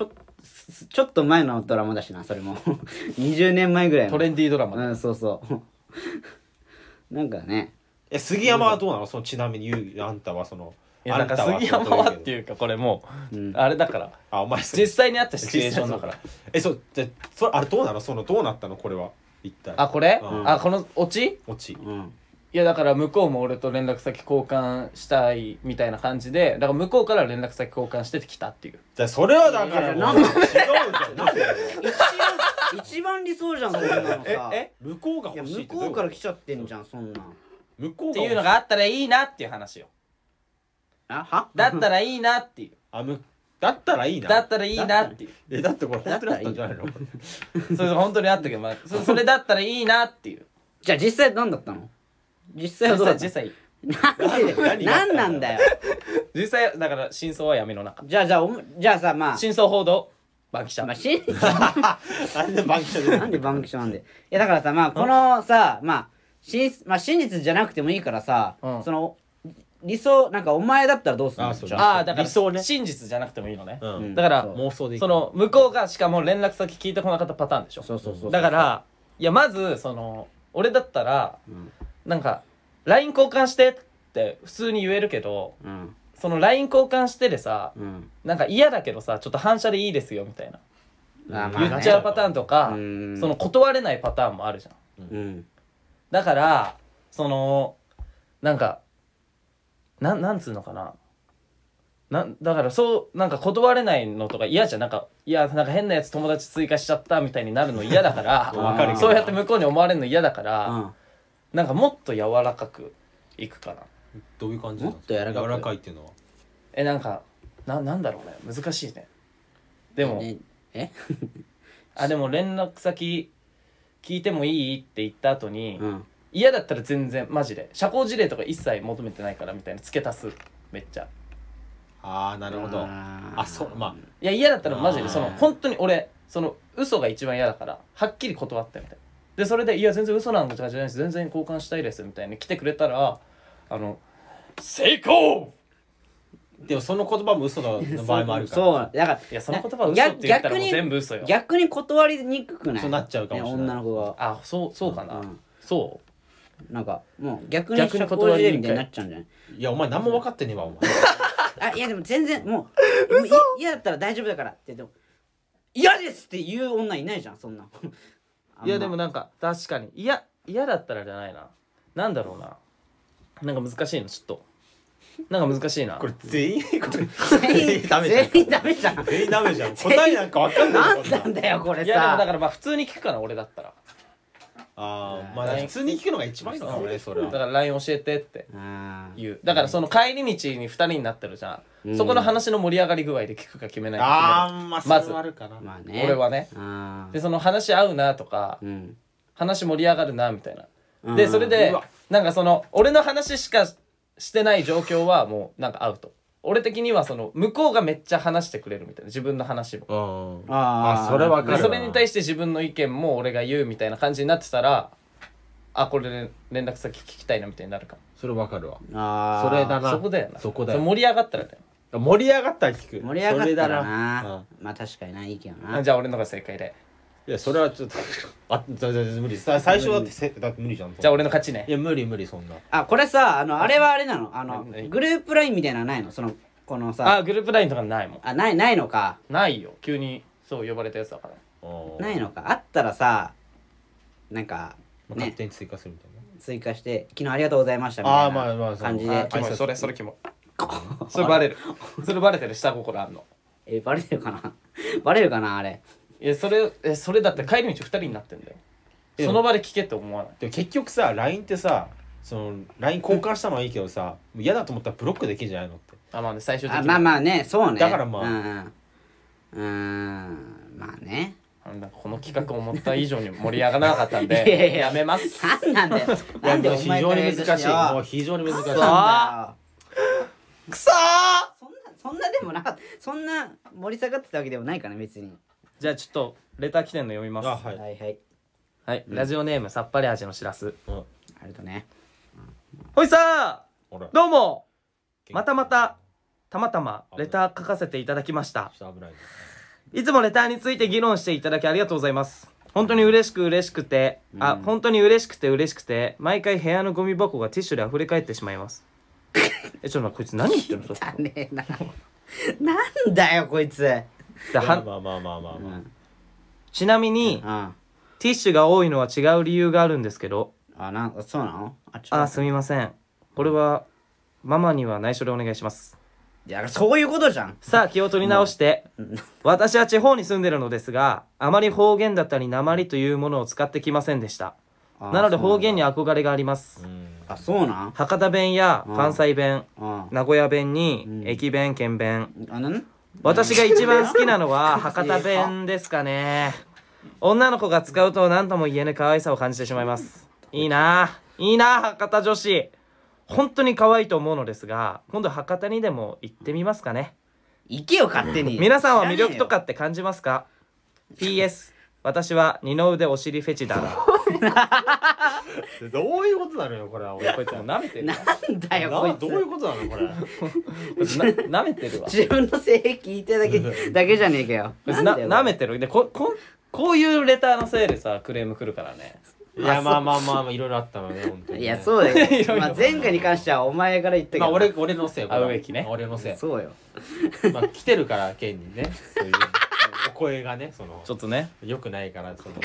すちょっと前のドラマだしなそれもにじゅうねんまえぐらいのトレンディードラマで、 うんそうそうなんかねえ杉山はどうなのそのちなみに言うあんたはそのいやなんかあんたは杉山はっていうかこれもう、 うんあれだからあお前そ実際にあったシチュエーションだからえそうでそれあれどうなのそのどうなったのこれは一体あこれ、 うんあこのオチ落ちうんいやだから向こうも俺と連絡先交換したいみたいな感じでだから向こうから連絡先交換してきたっていうじゃあそれはだからいやいやもう違うじゃんなんで一番一番理想じゃんそんなのさえ向こうがいや欲しいって向こうから来ちゃってんじゃんそんなん向こうが欲しいっていうのがあったらいいなっていう話よあはだったらいいなっていうあむだったらいいなだったらいいなっていうえだってこれ本当にあったんじゃないのそれ本当にあったけど、まあ、そそれだったらいいなっていうじゃあ実際何だったの実際はどうだった実際実なんで何があったの何なんだよ際実際だから真相は闇の中じゃあじゃあおもじゃあさまあ真相報道バンキシャまあ真なんでバンキシャでなんでバンキシャなんでいやだからさまあこのさまあ真まあ真実じゃなくてもいいからさ、 うんその理想なんかお前だったらどうするのあそうじゃあああだから理想ね真実じゃなくてもいいのね、 うんうんだからそう妄想でいいその向こうがしかも連絡先聞いてこなかったパターンでしょそうそうそうそうだからいやまずその俺だったらうんなんか ライン 交換してって普通に言えるけどうんその ライン 交換してでさうんなんか嫌だけどさちょっと反射でいいですよみたいなあまあね言っちゃうパターンとかうんその断れないパターンもあるじゃんうんだからそのなんかなんなんつうのかななんだからそうなんか断れないのとか嫌じゃんなんかいやなんか変なやつ友達追加しちゃったみたいになるの嫌だからわかるけどそうやって向こうに思われるの嫌だから、 うんなんかもっと柔らかくいくかなどういう感じなのもっと柔らかく柔らかいっていうのはえなんかななんだろうね難しいねでもねえあでも連絡先聞いてもいいって言った後に、 うん嫌だったら全然マジで社交辞令とか一切求めてないからみたいな付け足すめっちゃああなるほどあーあそうまいや嫌だったらマジでそのあー本当に俺その嘘が一番嫌だからはっきり断ったみたいなでそれで「いや全然嘘なんかじゃないです全然交換したいです」みたいに来てくれたらあの成功あでもその言葉も嘘の場合もあるからそうだからいやその言葉は嘘って言ったらもう逆に全部嘘よ逆に断りにくくないそうなっちゃうかもしれないね女の子があそうそうかな、 うんそなんかもう逆に逆に社断りにくい交辞令みたいになっちゃうんじゃないいやお前何も分かってねえわお前あいやでも全然もうもうい嫌だったら大丈夫だからって言っても嫌ですって言う女いないじゃんそんなういやでもなんか確かにいや嫌だったらじゃないななんだろうななんか難しいのちょっとなんか難しいなこれ全員これ全員ダメじゃん全員ダメじゃん全員ダメじゃん答えなんか分かんないなんなんだよこれいやでもださからまあ普通に聞くかな俺だったらああまあ普通に聞くのが一番いいのかもねそれはだから ライン 教えてってあー言うだからその帰り道にふたりになってるじゃん、 うんそこの話の盛り上がり具合で聞くか決めないあ決あまあそれまずはあるかなまあね俺はねあーめるでその話合うなとかうん話盛り上がるなみたいなうんでそれでうわなんかその俺の話しかしてない状況はもうなんかアウト俺的にはその向こうがめっちゃ話してくれるみたいな自分の話もうんあーあそれわかるわでそれに対して自分の意見も俺が言うみたいな感じになってたらあこれで連絡先聞きたいなみたいになるかもそれわかるわあーそれだなそこだよなそこだよ盛り上がったらだよ盛り上がったら聞く盛り上がったらそれだなまあ確かにないいけどなあじゃあ俺のが正解でいやそれはちょっとあだだだ無理さ最初だってせだって無理じゃんじゃあ俺の勝ちねいや無理無理そんなあこれさあのあれはあれなのあの何グループラインみたいなのないのそのこのさあグループラインとかないもんあないないのかないよ急にそう呼ばれたやつだからないのかあったらさなんかねまあ勝手に追加するみたいな追加して昨日ありがとうございましたみたいあーまあまあそうな感じであキモいそれそれキモいそれバレるそれバレてる下心あんのえバレるかなバレるかなあれいやそれえそれだって帰り道ふたりになってんだよえその場で聞けって思わないでも結局さ ライン ってさその ライン 交換したのはいいけどさもう嫌だと思ったらブロックできるんじゃないのってあまあね最終的にあまあまあねそうねだからまあうんうんうーんまあねなんかこの企画思った以上に盛り上がらなかったんでいやいややめますなんなんだよいやなんでおもう非常前からやに難しいるとしようもう非常に難しいそうなんだよくそーそんなそんなでもなかったそんな盛り下がってたわけでもないかな別にじゃあちょっとレター来てんの読みますあはいはいはいはい、ラジオネームさっぱり味のしらすうんありがとうねほいさほらーどうもまたまたたまたまレター書かせていただきましたちょっと危ないねいつもレターについて議論していただきありがとうございます。本当に嬉しく嬉しくて、あ、 うん本当に嬉しくて嬉しくて、毎回部屋のゴミ箱がティッシュで溢れ返ってしまいます。え、ちょっと待って、こいつ何言ってるの？ だねえな。なんだよこいつ。 だまあはまあまあまあまあまあ、 うん。 ちなみに、 あティッシュが多いのは違う理由があるんですけど、 あ、なんかそうなの？あ、ちょっとあ、すみません。これは、ママには内緒でお願いします。 いや、そういうことじゃん。 さあ、気を取り直して、私は地方に住んでるのですが、あまり方言だったり訛りというものを使ってきませんでした。 あなので方言にあ、 憧れがあります。 あ、そうなん？ 博多弁や関西弁、 あ名古屋弁にうん駅弁、県弁。 あ、なん私が一番好きなのは博多弁ですかね。女の子が使うと何とも言えぬ可愛さを感じてしまいます。いいなぁ、いいなぁ、博多女子。本当に可愛いと思うのですが、今度博多にでも行ってみますかね。 行けよ勝手に。 皆さんは魅力とか。 かって感じますか？ ピーエス 私は二の腕お尻フェチだ。 どういうことなのよこれは。 こいつも舐めてるわ。 なんだよこいつ。 どういうことなのこれ。 こいつな舐めてるわ。 自分の性癖言ってだけだけじゃねえかよ。 こいつなんなだよ舐めてる。でこここういうレターのせいでさクレーム来るからね。 いやまあまあまあまあいろいろあったのね本当に、ね。 いやそうだいろいよ。 ろまあ前回に関してはお前から言ったけど。 まあ俺俺のせい。 あ植木ね俺のせい。 そうよ。 まあ来てるから県にねそういうお声がねそのちょっとね。 良くないからその。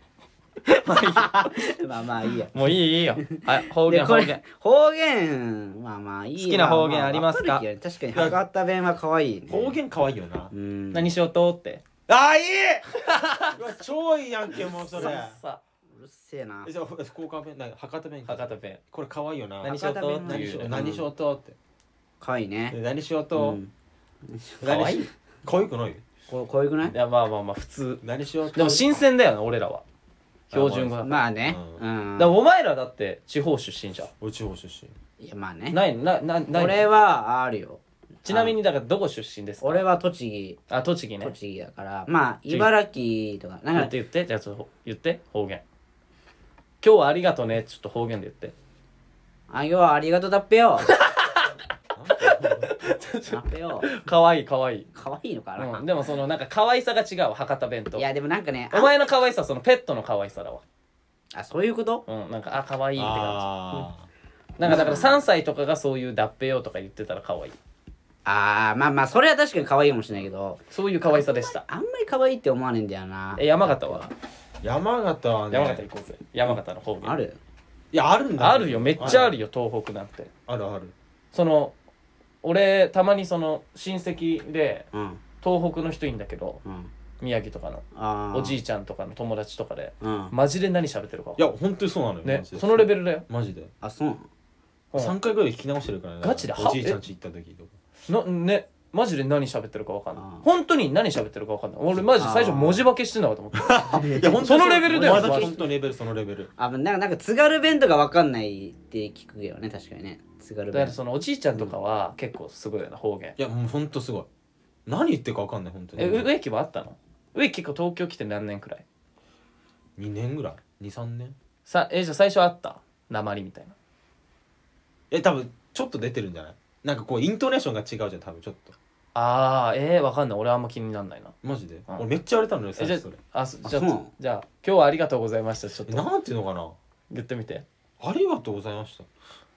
まあまあいいや。 もういいいいよ。はい方でこれ言方言。 方言まあまあいいな。 好きな方言ありますかわるけど確かに博多弁は可愛いね。 方言可愛いよな。 うん。 何しようとって。 ああいい。うわ超いいやんけもうそれ。 さうるせえな。 えじゃあ福岡弁なんか博多弁。 博多弁。 これ可愛いよな。 何しようとって何しよういう。 何しようとって。 可愛いね。 何しよううと。 ん。 可愛い。 可愛くないよ。 こ可愛くないい？やまあまあまあ普通。 何しようと。 でも新鮮だよな俺らは。標準語だから。 まあね。 ううん。 だからお前らだって地方出身じゃ俺地方出身。 いやまあね。 ん。ないななない。 俺はあるよ。 ちなみにだからどこ出身ですか？ 俺は栃木。 あ栃木ね。 栃木だからまあ茨城とかなんか言って言ってじゃあちょっと言って方言。今日はありがとねちょっと方言で言って。 あ今日はありがとうだっぺよ。だっぺよ。 可愛い可愛い。 可愛いのかな。 うん、でもそのなんか可愛さが違うわ博多弁と。 いやでもなんかね。 お前の可愛さはそのペットの可愛さだわ。 ああそういうこと？ うんなんかあ可愛いって感あじ。なんかだからさんさいとかがそういう脱皮よとか言ってたら可愛い。 ああまあまあそれは確かに可愛いかもしれないけど、 そういう可愛さでした。 あんまり可愛いって思わねえんだよな。 え山形は？ ー山形はね。 山形行こうぜ。山形の方言。 ある？ いやあるんだ。 あるよめっちゃあるよ東北なんて。 あるある。 その俺たまにその親戚でうん東北の人いんだけどうん。 宮城とかのああ。 おじいちゃんとかの友達とかでうん。 マジで何喋ってるか分いかんや本当にそうなのよ。 ねマジでそのレベルだよ。 マジで。 あそうなの？ うん三回ぐらい聞き直してるからね。 ガチでおじいちゃん家行った時とか。 なねマジで何喋ってるか分かんないあー本当に何喋ってるか分かんない俺マジ最初文字化けしてんのかと思ったいや本当にそのレベルだよまだマジ本当にレベルそのレベル。 あなんかなんか津軽弁とかわかんないって聞くよね確かにね津軽弁だから。そのおじいちゃんとかは結構すごいよな方言。 いやもう本当すごい。何言ってるかわかんない本当に。 え植木はあったの？植木結構東京来て何年くらい？ 二年ぐらい？二三年？ さえじゃあ最初あった鉛みたいな。 え多分ちょっと出てるんじゃない？なんかこうイントネーションが違うじゃん多分ちょっと。 あーえー、わかんない俺あんま気になんないな。 マジで？ うん俺めっちゃ言われたのよえじゃ最初それ。 あそじゃああそうなのじゃあ今日はありがとうございましたちょっとえなんていうのかな。 言ってみて。 ありがとうございました。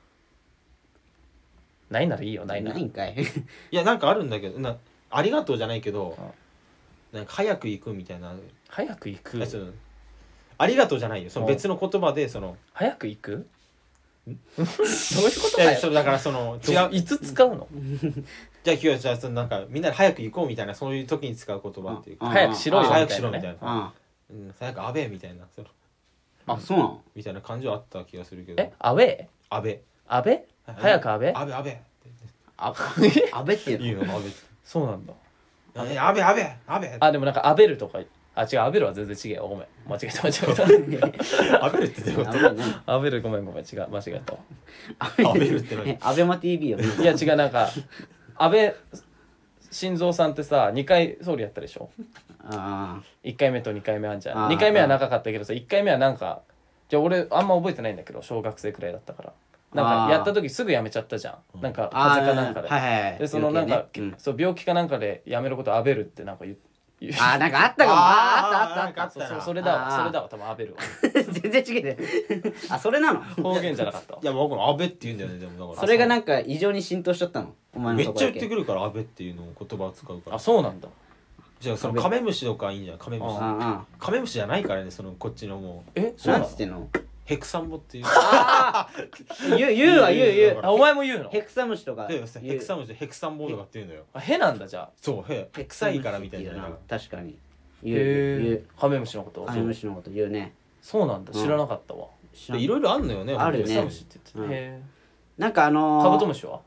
ないならいいよないならないんかい。 いやなんかあるんだけどなありがとうじゃないけど、なんか早く行くみたいな。 早く行くえそのありがとうじゃないよその別の言葉でその。 早く行くどういうこといだよやそれだからその違う。 いつ使うのじゃあ今日はじゃあそのなんかみんなで早く行こうみたいなそういう時に使う言葉っていうか。 うん早くしろよみたいなね早くしろみたいな。 あうん早く安倍みたいなそのあそうなの？ みたいな感じはあった気がするけど。 えアウェー安倍。 安倍早く安倍安倍安倍あ安倍っていうの？ いいよ安倍。 そうなんだ。 え安倍安倍安倍。 あでもなんかアベルとかあ違うアベルは全然違うよごめん間違えた間違え安倍ってどういうこ安倍何？ たアベルごめんごめん違う間違えたわと？安倍って何？ えアベマ ティービー よ。 いや違うなんか安倍晋三さんってさにかい総理やったでしょ。 あいっかいめとにかいめあんじゃあーんにかいめは長かったけどさいっかいめはなんかじゃあ俺あんま覚えてないんだけど小学生くらいだったからなんあーかやった時すぐやめちゃったじゃんなんかあ。 風邪かなんかで、 はいはいはい。 でそのなんか、 余計ねそう病気かなんかでやめることアベルってなんか言あーなんかあったかも。あーあったあったあっあったなそうそれだわあーそれだわ多分アベルはた全然違えてあそれなの方言じゃなかったわいや僕も安倍って言うんだよねでもだからそれがなんか異常に浸透しちゃったのお前のめっちゃとこだけ言ってくるから安倍っていうのを言葉を使うからあそうなんだじゃあそのカメムシとかいいんじゃないカメムシあカメムシじゃないからねそのこっちのもうえそうなのあなんつってんのヘクサンボっていうああ言う言うわ言う言うあお前も言うのヘクサムシとかで言うヘクサムシでヘクサンボとかって言うんだよあへなんだじゃあそうへ臭いからみたいなヘクサムシって言うな確かにへ言う言う言えうカメムシのことカメムシのこと言うねそうなんだ知らなかったわ知らんでいろいろあんのよねあるねヘクサムシってって言ってたへなんかあのー、 えカブトムシは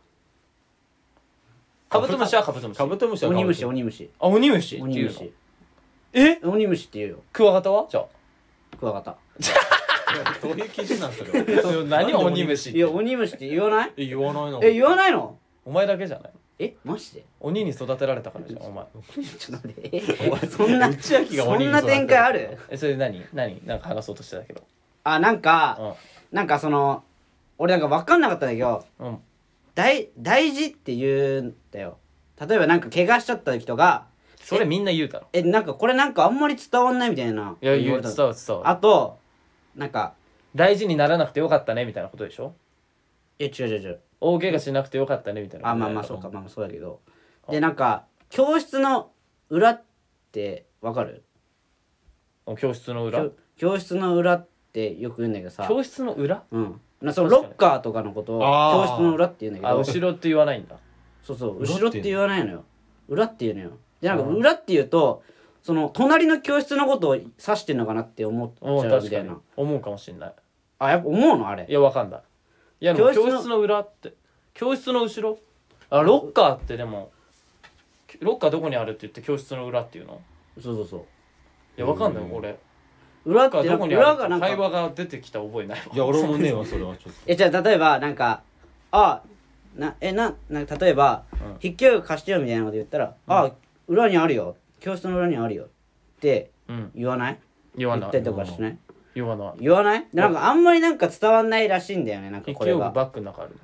カブトムシはカブトムシカブトムシは鬼虫カブト鬼虫あ鬼虫って鬼いうの虫え鬼虫って言うよクワガタはじゃクワガタどういう基準なんそれはあ何鬼虫っていや鬼虫って言わないえ言わないなえ言わないのお前だけじゃないえマジで鬼に育てられたからじゃんお前ちょっと待ってえそんな内秋がそ鬼にんな展開あるえそれで何何なんか話そうとしてたけどあなんかなんかその俺なんか分かんなかったんだけどうんうん大大事って言うんだよ例えばなんか怪我しちゃった時とかそれみんな言うだろえなんかこれなんかあんまり伝わんないみたいないや言うわれた伝わる伝わるあとなんか大事にならなくてよかったねみたいなことでしょいや違う違う違う大怪我しなくてよかったねみたいなあまあまあそうかまあまあそうだけどでなんか教室の裏ってわかる教室の裏教教室の裏ってよく言うんだけどさ教室の裏うんなそのロッカーとかのことをあー教室の裏って言うんだけあど後ろって言わないんだそうそう裏って後ろって言わないのよ裏って言うのよでなんかうん裏って言うとその隣の教室のことを指してんのかなって思っおちゃうみ確かにたいな思うかもしんないあやっぱ思うのあれいやわかんないいやでも教室の教室の裏って教室の後ろあロッカーってでもロッカーどこにあるって言って教室の裏っていうのそうそうそういやわかんないうん俺裏っロッカーどてなんかこにあるって裏がなんか会話が出てきた覚えないわいや俺もねえわそれはちょっとえじゃあ例えばなんかあなえななんか例えば、 うん筆記用具貸してよみたいなこと言ったら、あ裏にあるよ教室の裏にあるよってうん言わない言わない言ったりとかしない言わない言わないでなんかあんまりなんか伝わんないらしいんだよねなんか筆これが記用具バッグの中ある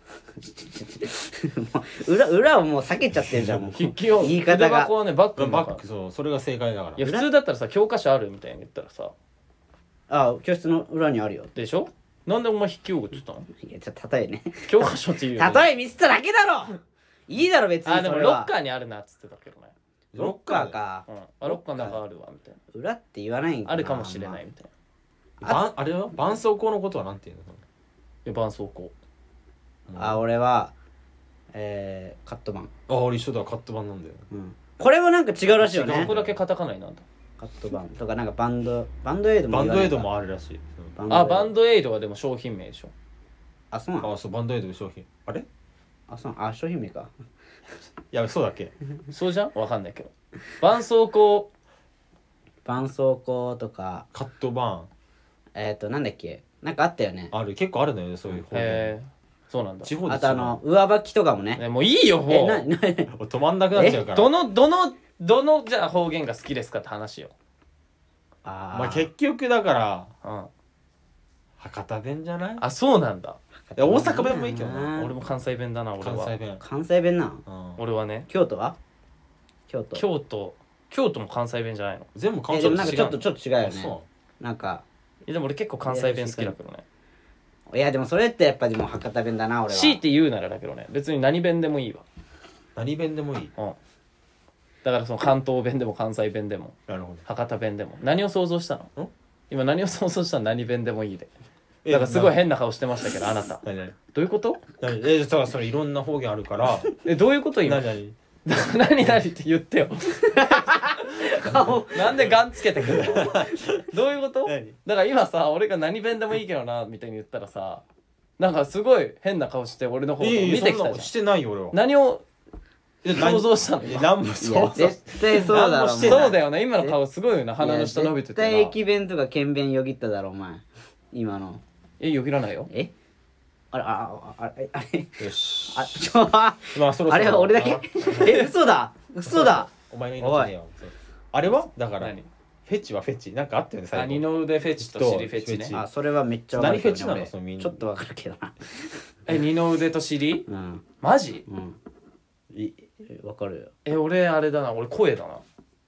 もう裏裏をもう避けちゃってるじゃんもう筆記用具言い方が筆箱はねバッグのバ中ックそうそれが正解だからいや普通だったらさ教科書あるみたいに言ったらさあ教室の裏にあるよでしょなんでお前筆記用具って言ったのいやちょっと例えね教科書って言うよね例え見せただけだろいいだろ別にあでもロッそれはカーにあるなっつってたけどねロッカーかうんあロッカーの中あるわみたい裏って言わないんなあるかもしれないみたいなばんあれは絆創膏のことはなんていうのいや絆創膏あ俺はえー、カットバン、 あ俺一緒だカット版なんだようん、これもなんか違うらしいよねここだけカタカナになんだカットバンとかなんかバンドバンドエイドもバン言わないかドエイドもあるらしいバあバンドエイドはでも商品名でしょあそうなのあそうバンドエイドの商品あれいあそうなのあ商品名かやそうだっけそうじゃんわかんないけど絆創膏絆創膏とかカット版えっ、ー、となんだっけなんかあったよねある結構あるのよねそういう方言へえそうなんだ地方であとあの上履きとかもねねもういいよもうえなな止まんなくなっちゃうからどのどのどのじゃあ方言が好きですかって話よあーまあ結局だからうん博多弁じゃないあそうなんだいや大阪弁もいいけどなうん俺も関西弁だな俺は関西弁関西弁なんうん俺はね京都は京都京都京都も関西弁じゃないの全部関え西弁でもなんかちょっとちょっと違うよねそなんかいやでも俺結構関西弁好きだけどねいやでもそれってやっぱでも博多弁だな俺は強いて言うならだけどね別に何弁でもいいわう何弁でもいいうんだからその関東弁でも関西弁でもなるほど博多弁でも何を想像したのん今何を想像したの何弁でもいいでえだからすごい変な顔してましたけどあなた何何どういうこと何えだからそれいろんな方言あるからえどういうこと今何何何何って言ってよなんでガンつけてくるのどういうこと何だから今さ俺が何弁でもいいけどなみたいに言ったらさなんかすごい変な顔して俺の方をいいいい見てきたじゃんそんなのしてないよ俺は何をいや想像したのいや今何もいやそうそう絶対そうだろ何もしてないそうだよね今の顔すごいよな鼻の下伸びててないや絶対駅弁とか県弁よぎっただろお前今のえよぎらないよえあれあああれあれよしあちょあまあそろそろあれは俺だけえ嘘だ嘘だお前の命ねえよあれはだから何フェチはフェチなんかあったよね最後あ二の腕フェチと尻フェチねフェチあそれはめっちゃわかるけどね何フェチなの俺そのみんなちょっとわかるけどなえ二の腕と尻うんマジうんいえわかるよえ俺あれだな俺声だな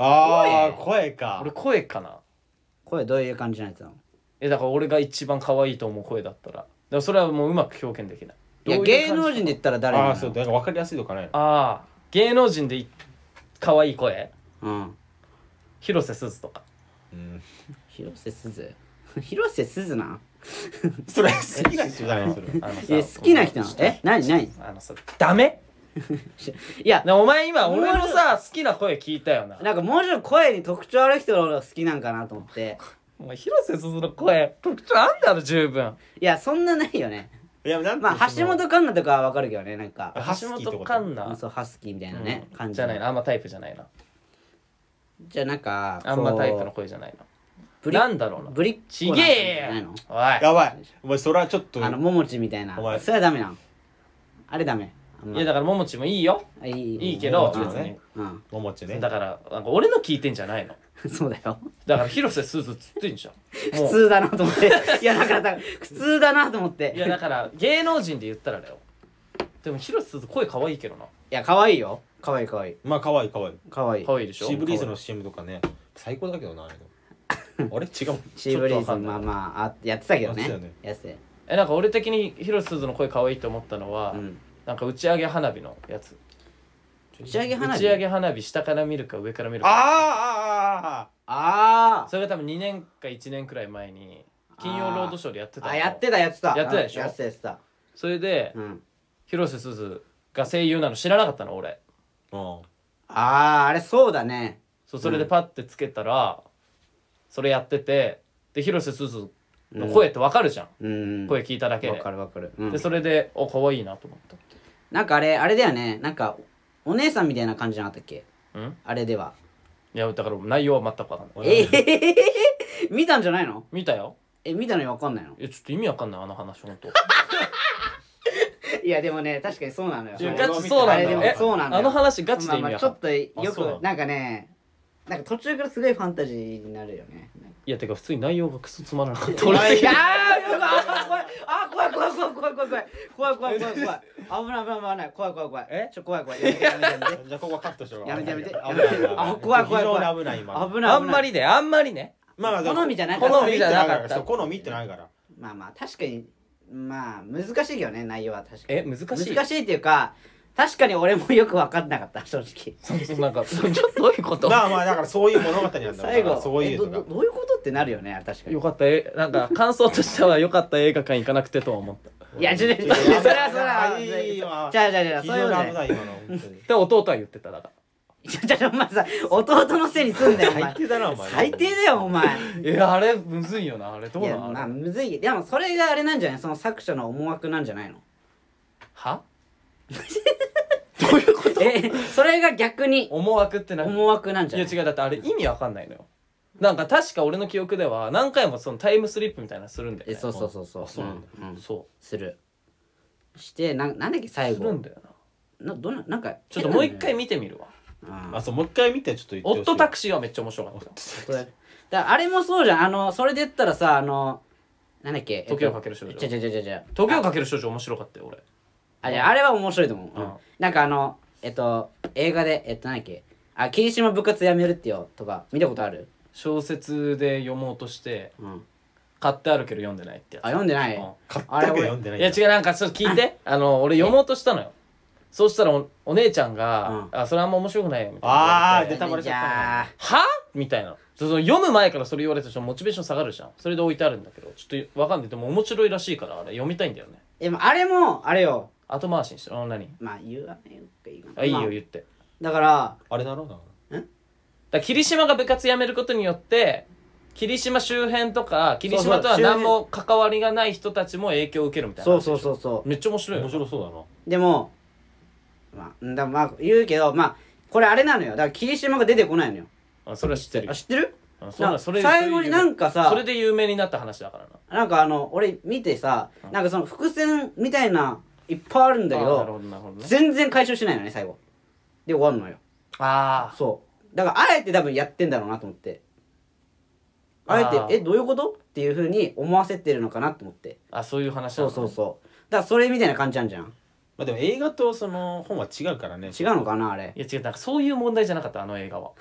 ああ声か俺声かな。 声どういう感じのやつなの？ えだから俺が一番可愛いと思う声だったら、だからそれはもううまく表現できない。 いやどういう感じ芸能人で言ったら誰なの？ ああそうだから分かりやすいとかねああ芸能人でい可愛い声、 うん広瀬すずとか。 うん広瀬すず広瀬すずなんそれ好きな人じゃないそれあのさいや好きな人なの？え何何あのさダメいやなお前今俺のさ好きな声聞いたよな。 なんかもうちょっと声に特徴ある人の方が好きなんかなと思ってお前広瀬すずの声特徴あんだろ十分。 いやそんなないよね。 いやなんてまあ橋本環奈とかはわかるけどねなんかハス橋キーってこと本環奈そうハスキーみたいなね、 うん感じじゃないな、あんまタイプじゃないな。 じゃあなんかあんまタイプのこ声じゃないな。 ブリなんだろうな。 うブリッちコな感じじげえよゃないの？ おいやばいお前それはちょっとあのももちみたいなお前それはダメなんあれダメあんまいやだからももちもいいよ。 あいいいいけどももち別にのねうんももちねだからなんか俺の聞いてんじゃないの。 そうだよだから広瀬すずっつってんじゃん。もう普通だなと思っていやだからだ普通だなと思っていやだから芸能人で言ったらだよ。でも広瀬すず声可愛いけどな。 いや可愛いよ可愛い可愛いまあ可愛い可愛い可愛い可愛いでしょ。 シーブリーズの シーエム とかね最高だけどなあれあれ違うシーブリーズちょっとわかんないまあまああやってたけどねやってたよねやってえなんか俺的に広瀬すずの声可愛いと思ったのは、 たうんなんか打ち上げ花火のやつ。 打ち上げ花火打ち上げ花火下から見るか上から見るか。 あーああそれが多分にねんかいちねんくらい前に金曜ロードショーでやってたの。 ーあやってたやってたやってたでしょやってたやってたそれで、 うん広瀬すずが声優なの知らなかったの俺。 あーあーあれそうだねそうそれでパッてつけたら、それやっててで広瀬すずの声ってわかるじゃん、 うん声聞いただけでわかるわかる、うんでそれでお可愛いなと思っなんかあれあれだよねなんかお姉さんみたいな感じじゃなかったっけた。んあれではいやだから内容は全くわかんない。 ええー、見たんじゃないの？ 見たよ。 え見たのにわかんないの？ いやちょっと意味わかんないあの話ほんと。 いやでもね確かにそうなのよいやガチそうなんだよ。 あれでもえそうなんだよあの話ガチで意味まあまあわかんない。 ちょっとよあそうなのくなんかねなんか途中からすごいファンタジーになるよねいやてか普通に内容がクソつまらなかった。 俺俺的にいやーあ怖いあ怖い怖い怖い怖い怖い怖い怖い怖い怖い怖い怖い危ない危ない危ない怖い怖い怖いえちょ怖い怖いやめてやめてやめてじゃあここはカットしようやめてやめて危ない危ない危ないあ怖い怖い怖い非常に危ない今危ないあんまりねあんまりね。 まあまあでも好みじゃなかった好みじゃなかっ好みじゃなかったた好みってないからまあまあ確かにまあ難しいけどね内容は確かにえ難しい。 難しいっていうか確かに俺もよく分かんなかった正直そうそうなんかちょっとどういうこと。 まあまあだからそういう物語なんだから最後そういうのがえどどどういうことってなるよねあれ確かによかったえなんか感想としてはよかった映画館行かなくてとは思った。 いやちょちょちょそれはそれはいいよじゃあじゃあじゃあ非そういうことね常に危ない今の本当にで弟は言ってただかちょちょちょお前さ弟のせいにすんだよお前最低だなお前最低だよお前ら。いやあれむずいよなあれどういやなのあれ。 まあむずいでもそれがあれなんじゃないその作者の思惑なんじゃないのは？どういうこと？ えそれが逆に思惑って何？ 思惑なんじゃないいや違うだってあれ意味わかんないのよ。なんか確か俺の記憶では何回もそのタイムスリップみたいなのするんだよね。 えそうそうそうそうあそうなんだうんうんそするしてななんだっけ最うする後んだよな。 などんななんかちょっともう一回見見てみるわ。 あそうもう一回見てちょっと言ってほしいオットタクシーはめっちゃ面白かった。 これだからあれもそうじゃんあのそれで言ったらさあのなんだっけ時をかける少女ちゃちゃちゃちゃちゃ時をかける少女面白かったよ俺。 あじゃああれは面白いと思う、うんうんなんかあのえっと映画でえっとなんだっけあ霧島部活やめるってよとか見たことある小説で読もうとしてうん買ってあるけど読んでないってやつ。 あ読んでない、 うん買ったけど読んでないいや違うなんかちょっと聞いてあの俺読もうとしたのよ。そうしたらおお姉ちゃんが、 うんあそれあんま面白くないよみたいなあー言われて出たバレちゃったねはみたいなその読む前からそれ言われてちょっとモチベーション下がるじゃん。それで置いてあるんだけどちょっとわかんないでも面白いらしいからあれ読みたいんだよね。 でもあれもあれよ後回しにしてあ何まあ言わないかいいかなあいいまよ言って。 だからあれだろうなだから霧島が部活辞めることによって霧島周辺とか霧島とは何も関わりがない人たちも影響を受けるみたいな。 そうそうそうそうめっちゃ面白いよ。 面白そうだなでもまあだまあ言うけどまあこれあれなのよだから霧島が出てこないのよあそれは知ってるよあ。知ってるあそうなのそれ最後になんかさそれで有名になった話だからな。 なんかあの俺見てさなんかその伏線みたいないっぱいあるんだけどあなるほどなるほどね。 全然回収しないのね最後で終わるのよあそうだからあえて多分やってんだろうなと思ってあえてあーえどういうことっていうふうに思わせてるのかなと思ってああそういう話そうそうそうだからそれみたいな感じなんじゃんまあでも映画とその本は違うからね違うのかなあれいや違うなんかそういう問題じゃなかったあの映画は。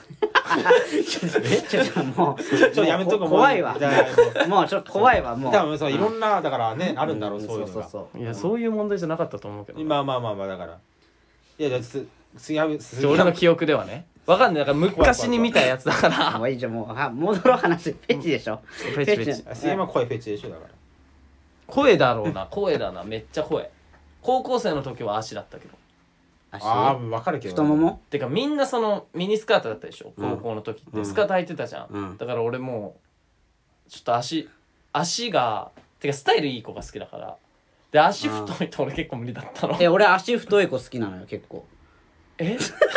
ちょちょもうちょっとやめとこもう怖いわじゃあももうちょっと怖いわもうう多分そういろんなだからねあるんだろうそういうのがそうそういやそういう問題じゃなかったと思うけどまあまあまあまあだからいやじゃあす杉山杉山俺の記憶ではねわかんないだから昔に見たやつだからもういいじゃんもうは戻ろう話フェチでしょフェチフェチ杉山声フェチでしょだから声だろうな声だなめっちゃ声高校生の時は足だったけど足ああ分かるけど太ももてかみんなそのミニスカートだったでしょうん高校の時って、 うんスカート履いてたじゃん、 うんだから俺もうちょっと足足がてかスタイルいい子が好きだからで足太いと俺結構無理だったのえ俺足太い子好きなのよ結構え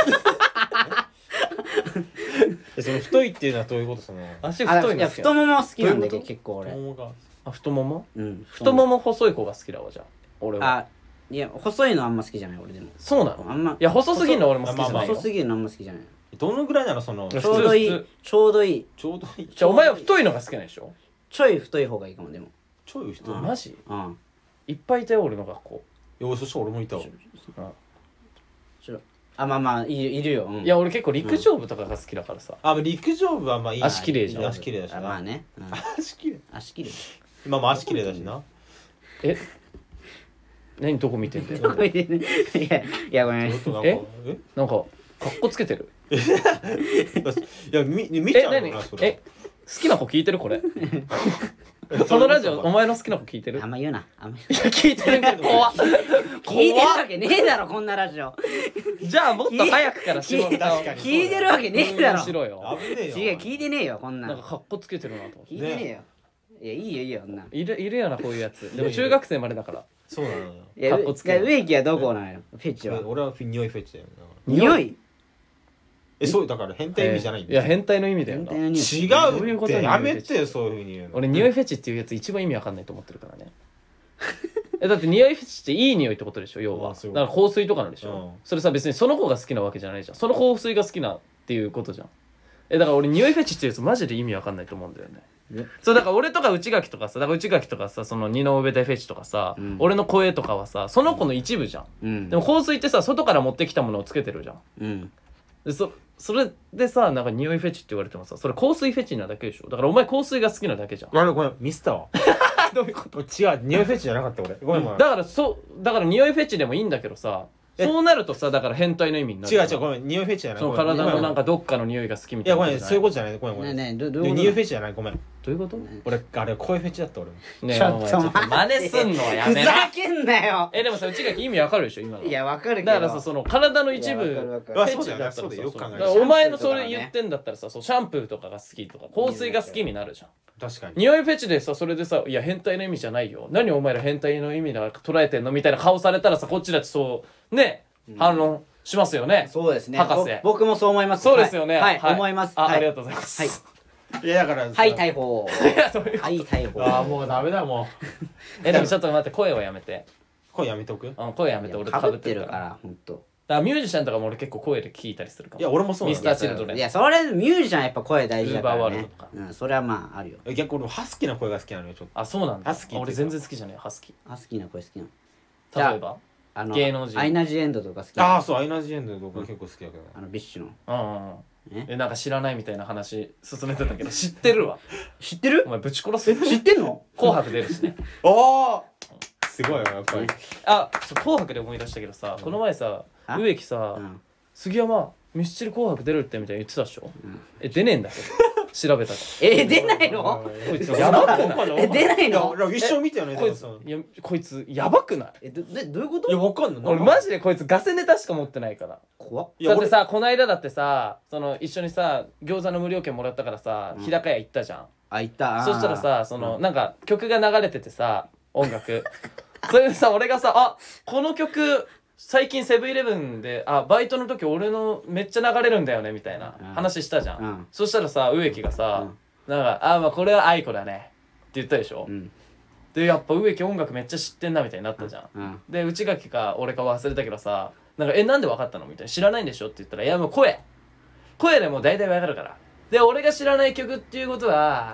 えその太いっていうのはどういうことその足あいや太いの好きな太もも好きなんだけどどういうこと結構俺太ももがあ太ももうん太もも細い子が好きだわじゃあ俺はあいや細いのあんま好きじゃない俺でもそうなのあんまいや細すぎるの俺も好きじゃないよ細すぎるのあんま好きじゃないどのぐらいなのそのいやちょうどいい普通ちょうどいいちょうどいいじゃあお前は太いのが好きなんでしょちょい太い方がいいかもでもちょい太いうんマジうんいっぱいいたよ俺の学校いやそして俺もいたわちょあまあまあいるいるよ、うん、 いや俺結構陸上部とかが好きだからさあ陸上部はまあいい足綺麗じゃん足綺麗だしあまあなね、うん、 足綺麗足切るまあまあ足綺麗だしなえ何どこ見てんだよどこいでねいやいやごめんちょっとなんかええなんかかっこつけてるいやみ見ちえゃうよ何なそれえ好きな子聞いてるこれこのラジオお前の好きな子聞いてるあんま言うなあんまいや聞いてるけど怖っ聞いてるわけねえだろこんなラジオじゃあもっと早くからしろ聞い確かに聞いてるわけねえだろしろよ危ねえよ違う聞いてねえよこんななんかかっこつけてるなと思って聞いてねえよいやいいよいいよこんないるいるよなこういうやつでも中学生までだからそうなのよいやかっこつけるいや植木はどこなのよフェチは俺は匂いフェチだよな匂いえそうだから変態意味じゃないんいだよや変態の意味だよな変態の匂い違うっどういうことてやめてよそういうふうに言うの俺匂いフェチっていうやつ一番意味わかんないと思ってるからねえだって匂いフェチっていい匂いってことでしょ要はあそういうことだから香水とかなんでしょ、 うんそれさ別にその子が好きなわけじゃないじゃんその香水が好きなっていうことじゃんえだから俺匂いフェチっていうやつマジで意味わかんないと思うんだよねえそうだから俺とか内垣とかさだから内垣とかさその二の上でフェチとかさ、 うん俺の声とかはさその子の一部じゃん、 うんでも香水ってさ外から持ってきたものをつけてるじゃんうんでそそれでさなんか匂いフェチって言われてもさそれ香水フェチなだけでしょだからお前香水が好きなだけじゃんあれごめんミスったわどういうこと違う匂いフェチじゃなかった俺ごめんごめんだからそうだから匂いフェチでもいいんだけどさえそうなるとさだから変態の意味になる違う違うごめん匂いフェチじゃないそのごめん体のなんごめかどっかの匂いが好きみいやごたいなことじゃないめんそういうことじゃないごめんごめんねえねえどどういうこと匂いフェチじゃないごめんどういうこと俺あれ声フェチだった俺もねえちょっとお前ちょっと真似すんのはやふめなざけんなよえでもさ内垣意味わかるでしょ今のいやわかるけどだからさその体の一部いやわかるわかるあフェチだったらそうだよねそうだよよく考えただからお前のそシャンプーとかねれ言ってんだったらさそうシャンプーとかが好きとか香水が好きになるじゃん確かに匂いフェチでさそれでさいや変態の意味じゃないよ何お前ら変態の意味だ捉えてんのみたいな顔されたらさこっちだってそうね反論しますよねそうですね博士ぼ僕もそう思いますそうですよねはいはい思いますあはいありがとうございますはいいやだからはい逮捕いやそういうはい逮捕ああもうダメだもうえでもちょっと待って声はやめて声やめとくいうん声やめて俺かぶっかぶっててるかるかららほんとだからミュージシャンとかも俺結構声で聞いたりするかもや俺もそうミスタなんだーチルドレンいやそれミュージシャンやっぱ声大事だからウーバーワールねドとかうんそれはまああるよ逆に俺ハスキーな声が好きなのよちょっとあそうなんだハスキーっていうか俺全然好きじゃねえハスキあ好きな声好きなのー例えばあの芸能人アイナ・ジ・エンドとか好きなのああそうアイナ・ジ・エンドとか結構好きだけどあのビッシュのうんうんええなんか知らないみたいな話進めてたけど知ってるわ知ってるお前ぶち殺す知ってんの紅白出るしねおおすごいよやっぱりあそう紅白で思い出したけどさこの前さあ植木さうん杉山ミスチル紅白出るってみたいに言ってたでしょうんえ出ねえんだけど調べたらえ出ないのこいつややばくないばくないえ出ないいやの俺一生見たよねこいつ多分いやこいつやばくないえどでどういうこといやわかんない俺マジでこいつガセネタしか持ってないから怖っいや俺だってさこの間だってさその一緒にさ餃子の無料券もらったからさ、 うん日高屋行ったじゃんあいたあーそしたらさその、 うんなんか曲が流れててさ音楽それでさ俺がさあこの曲最近セブンイレブンであバイトの時俺のめっちゃ流れるんだよねみたいなうん話したじゃん、 うんそしたらさ植木がさ、 うんなんかあまあこれは愛子だねって言ったでしょ、 うんでやっぱ植木音楽めっちゃ知ってんなみたいになったじゃん、 うんで内垣か俺か忘れたけどさなんかえなんで分かったのみたいな知らないんでしょって言ったらいやもう声声でもう大体分かるからで俺が知らない曲っていうことは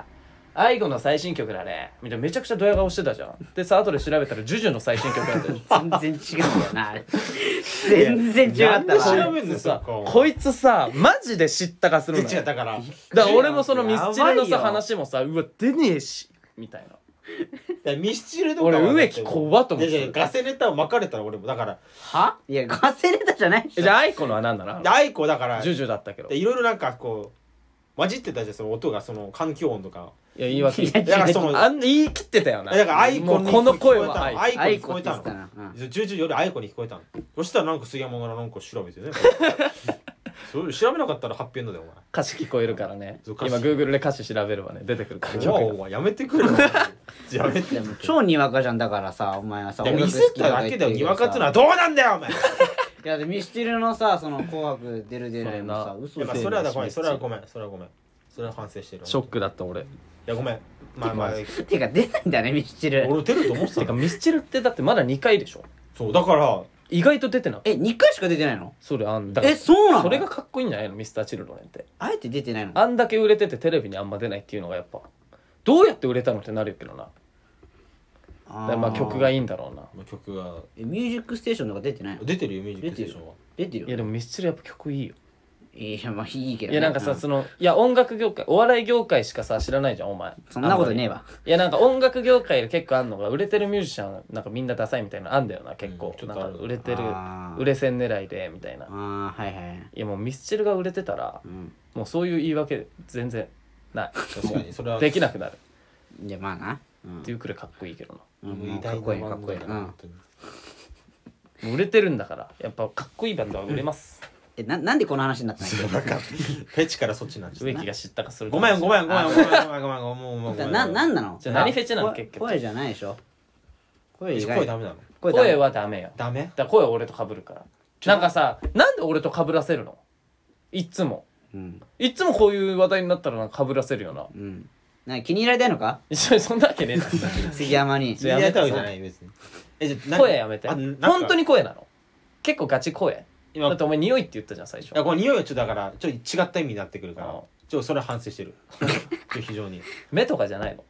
アイゴの最新曲だねみたいなめちゃくちゃドヤ顔してたじゃん。でさ後で調べたらジュジュの最新曲だったじゃん。 全然違うんだよなあれ全然違ったなんで調わべんのさそここいつさマジで知ったかするのよ。 違うだからだから俺もそのミスチルのさやばいよ話もさうわ出ねえしみたいな。 いやミスチルとかは俺植木怖っと思ってたいやいやガセネタを巻かれたら俺もだからはいやガセネタじゃないでしょえじゃあアイコのは何なの？ でアイコだからジュジュだったけど。 でいろいろなんかこう混じってたじゃんその音がその環境音とかいや言い訳いやだからそのあん言い切ってたよな。 だからアイコにもうこの声はアイコ。 アイコに聞こえたアイコって言のってたなうんジュジュよりアイコに聞こえたのそしたらなんか杉山がなんか調べてねそれ調べなかったらハッピーエンドだよ歌詞聞こえるからね。 そう歌詞今 Google で歌詞調べればね出てくるからお前お曲が。 前やめてくれよやめてでも超にわかじゃんだからさお前はさいや見せただけだよにわかってのはいどうなんだよお前いやでミスチルのさその紅白出る出ないもさ嘘ついてやまあそれはだごめんそれはごめめんそれはごめんそれは反省してるショックだった俺。 いやごめんまあまあてか出ないんだねミスチル俺出ると思ってたてかのミスチルってだってまだにかいでしょ。 そうだから意外と出てなえにかいしか出てないのそれあんだからえそうなのそれがかっこいいんじゃないのミスターチルドレンって。 あえて出てないのあんだけ売れててテレビにあんま出ないっていうのがやっぱどうやって売れたのってなるけどな。だからまあ曲がいいいんだろうな。 まあ曲がえミュージックステーションとか出てないの出てるよミュージックステーションは出てるよいやでもミスチルやっぱ曲いいよ。 いやまあいいけどねいやなんかさ、 うそのいや音楽業界お笑い業界しかさ知らないじゃんお前。 そんなことねえわいやなんか音楽業界で結構あんのが売れてるミュージシャンなんかみんなダサいみたいなのあんだよな結構、 うんちょっなんとあるか売れてるあー売れ線狙いでみたいな。 ああはいはいいやもうミスチルが売れてたらうんもうそういう言い訳全然ない確かにそれはできなくなるいやまあなうんっていうくらいかっこいいけどな。 うんもう偉大なかっこいいかバンドだっこいいうんな本当にもう売れてるんだからやっぱかっこいいバンドは売れます。 えななんでこの話になったんだっなんかフェチからそっちになっちゃっ植木が知ったかするたごめんごめんごめんごめんごめんごめんごめんごめんごめんけななんなのじゃあ何フェチなの声結局声じゃないでしょ声以外声ダメなの声ダメ声はダメよ。 ダメだから声は俺と被るからなんかさなんで俺と被らせるのいっつもうんいっつもこういう話題になったらなんか被らせるよな。 うんなんか気に入られたいのか一緒にそんなわけねえだろ杉山にやめてやめたわけじゃない別にえじゃあ声やめてあなんか本当に声なの結構ガチ声今だってお前匂いって言ったじゃん最初いやこれ匂いはちょっとだからちょっと違った意味になってくるからああちょっとそれは反省してるちょっと非常に目とかじゃないの。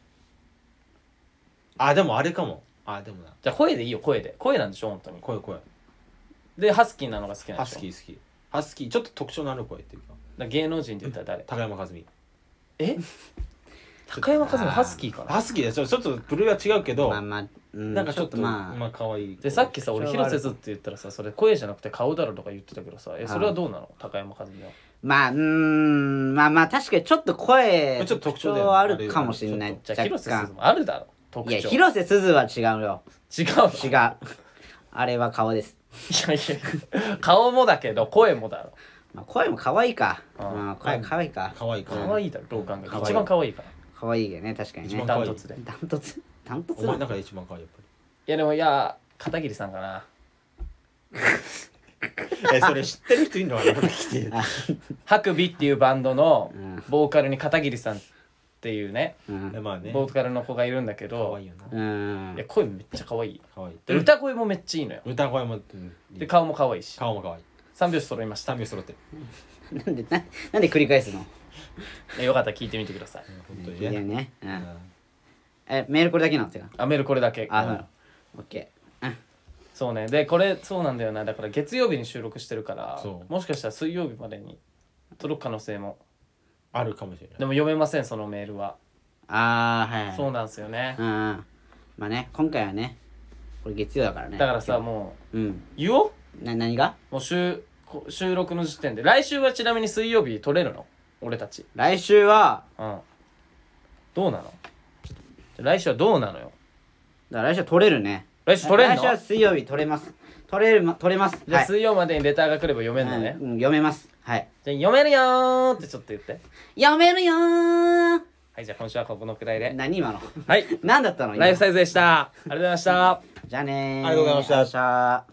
あでもあれかもあでもなじゃあ声でいいよ声で声なんでしょ本当に。 声声でハスキーなのが好きなんハでしょ。 スキー好きハスキーちょっと特徴のある声っていうかだから芸能人って言ったら誰？ 高山和美え高山和美ハスキーかな。 ハスキーでちょちょっと部類は違うけどまあまあうんなんかちょっとまあまあ可愛いでさっきさ俺特徴はある広瀬すって言ったらさそれ声じゃなくて顔だろとか言ってたけどさえそれはどうなの高山和美は。 まあうーんまあまあ確かにちょっと声ちょっと特徴だよねはあるかもしれないちじゃあ広瀬すずもあるだろ特徴。 いや広瀬すずは違うよ違うの。 違うあれは顔ですいやいや顔もだけど声もだろ。 まあ声も可愛いかああまあ声可愛いか可愛いか可愛いだろどう考えて可愛い一番可愛いから。 可愛いけどね確かにね一番可愛いダントツで。いダントツダントツお前の中で一番可愛いやっやでもいや片桐さんかな。 ぱりえそれ知ってる人いるのかな来てハクビっていうバンドのうんボーカルに片桐さんっていうねうんまあねボーカルの子がいるんだけ可ど愛いよなうんいや声めっちゃ可愛い可愛いで歌声もめっちゃいいのよ。 歌声もうんで顔も可愛いし顔も可愛い三拍子揃いました三。拍子揃ってるなんでななんで繰り返すのえよかったら聞いてみてください。 い本当にねいよねううんんえメールこれだけなのってかあメールこれだけ。 あうんオッケーうんそうねでこれそうなんだよなだから月曜日に収録してるからそうもしかしたら水曜日までに届く可能性もあるかもしれないでも読めませんそのメールは。 ああはいはいそうなんですよね。 うんうんまあね今回はねこれ月曜だからねだからさもううんう言おうな何がもう週こ収録の時点で来週はちなみに水曜日撮れるの俺たち。 来週はうんどうなのじゃ来週はどうなのよ。 だから来週は取れるね来週撮れんの来週は水曜日取れます取れるま取れますじゃあはい水曜までにレターが来れば読めるのね。 うんうん読めますはいじゃあ読めるよーってちょっと言って。 読めるよーはいじゃあ今週はここのくらいで。 何今のはい何だったの今ライフサイズでした。ありがとうございました。 じゃあねーありがとうございましたありがとうございました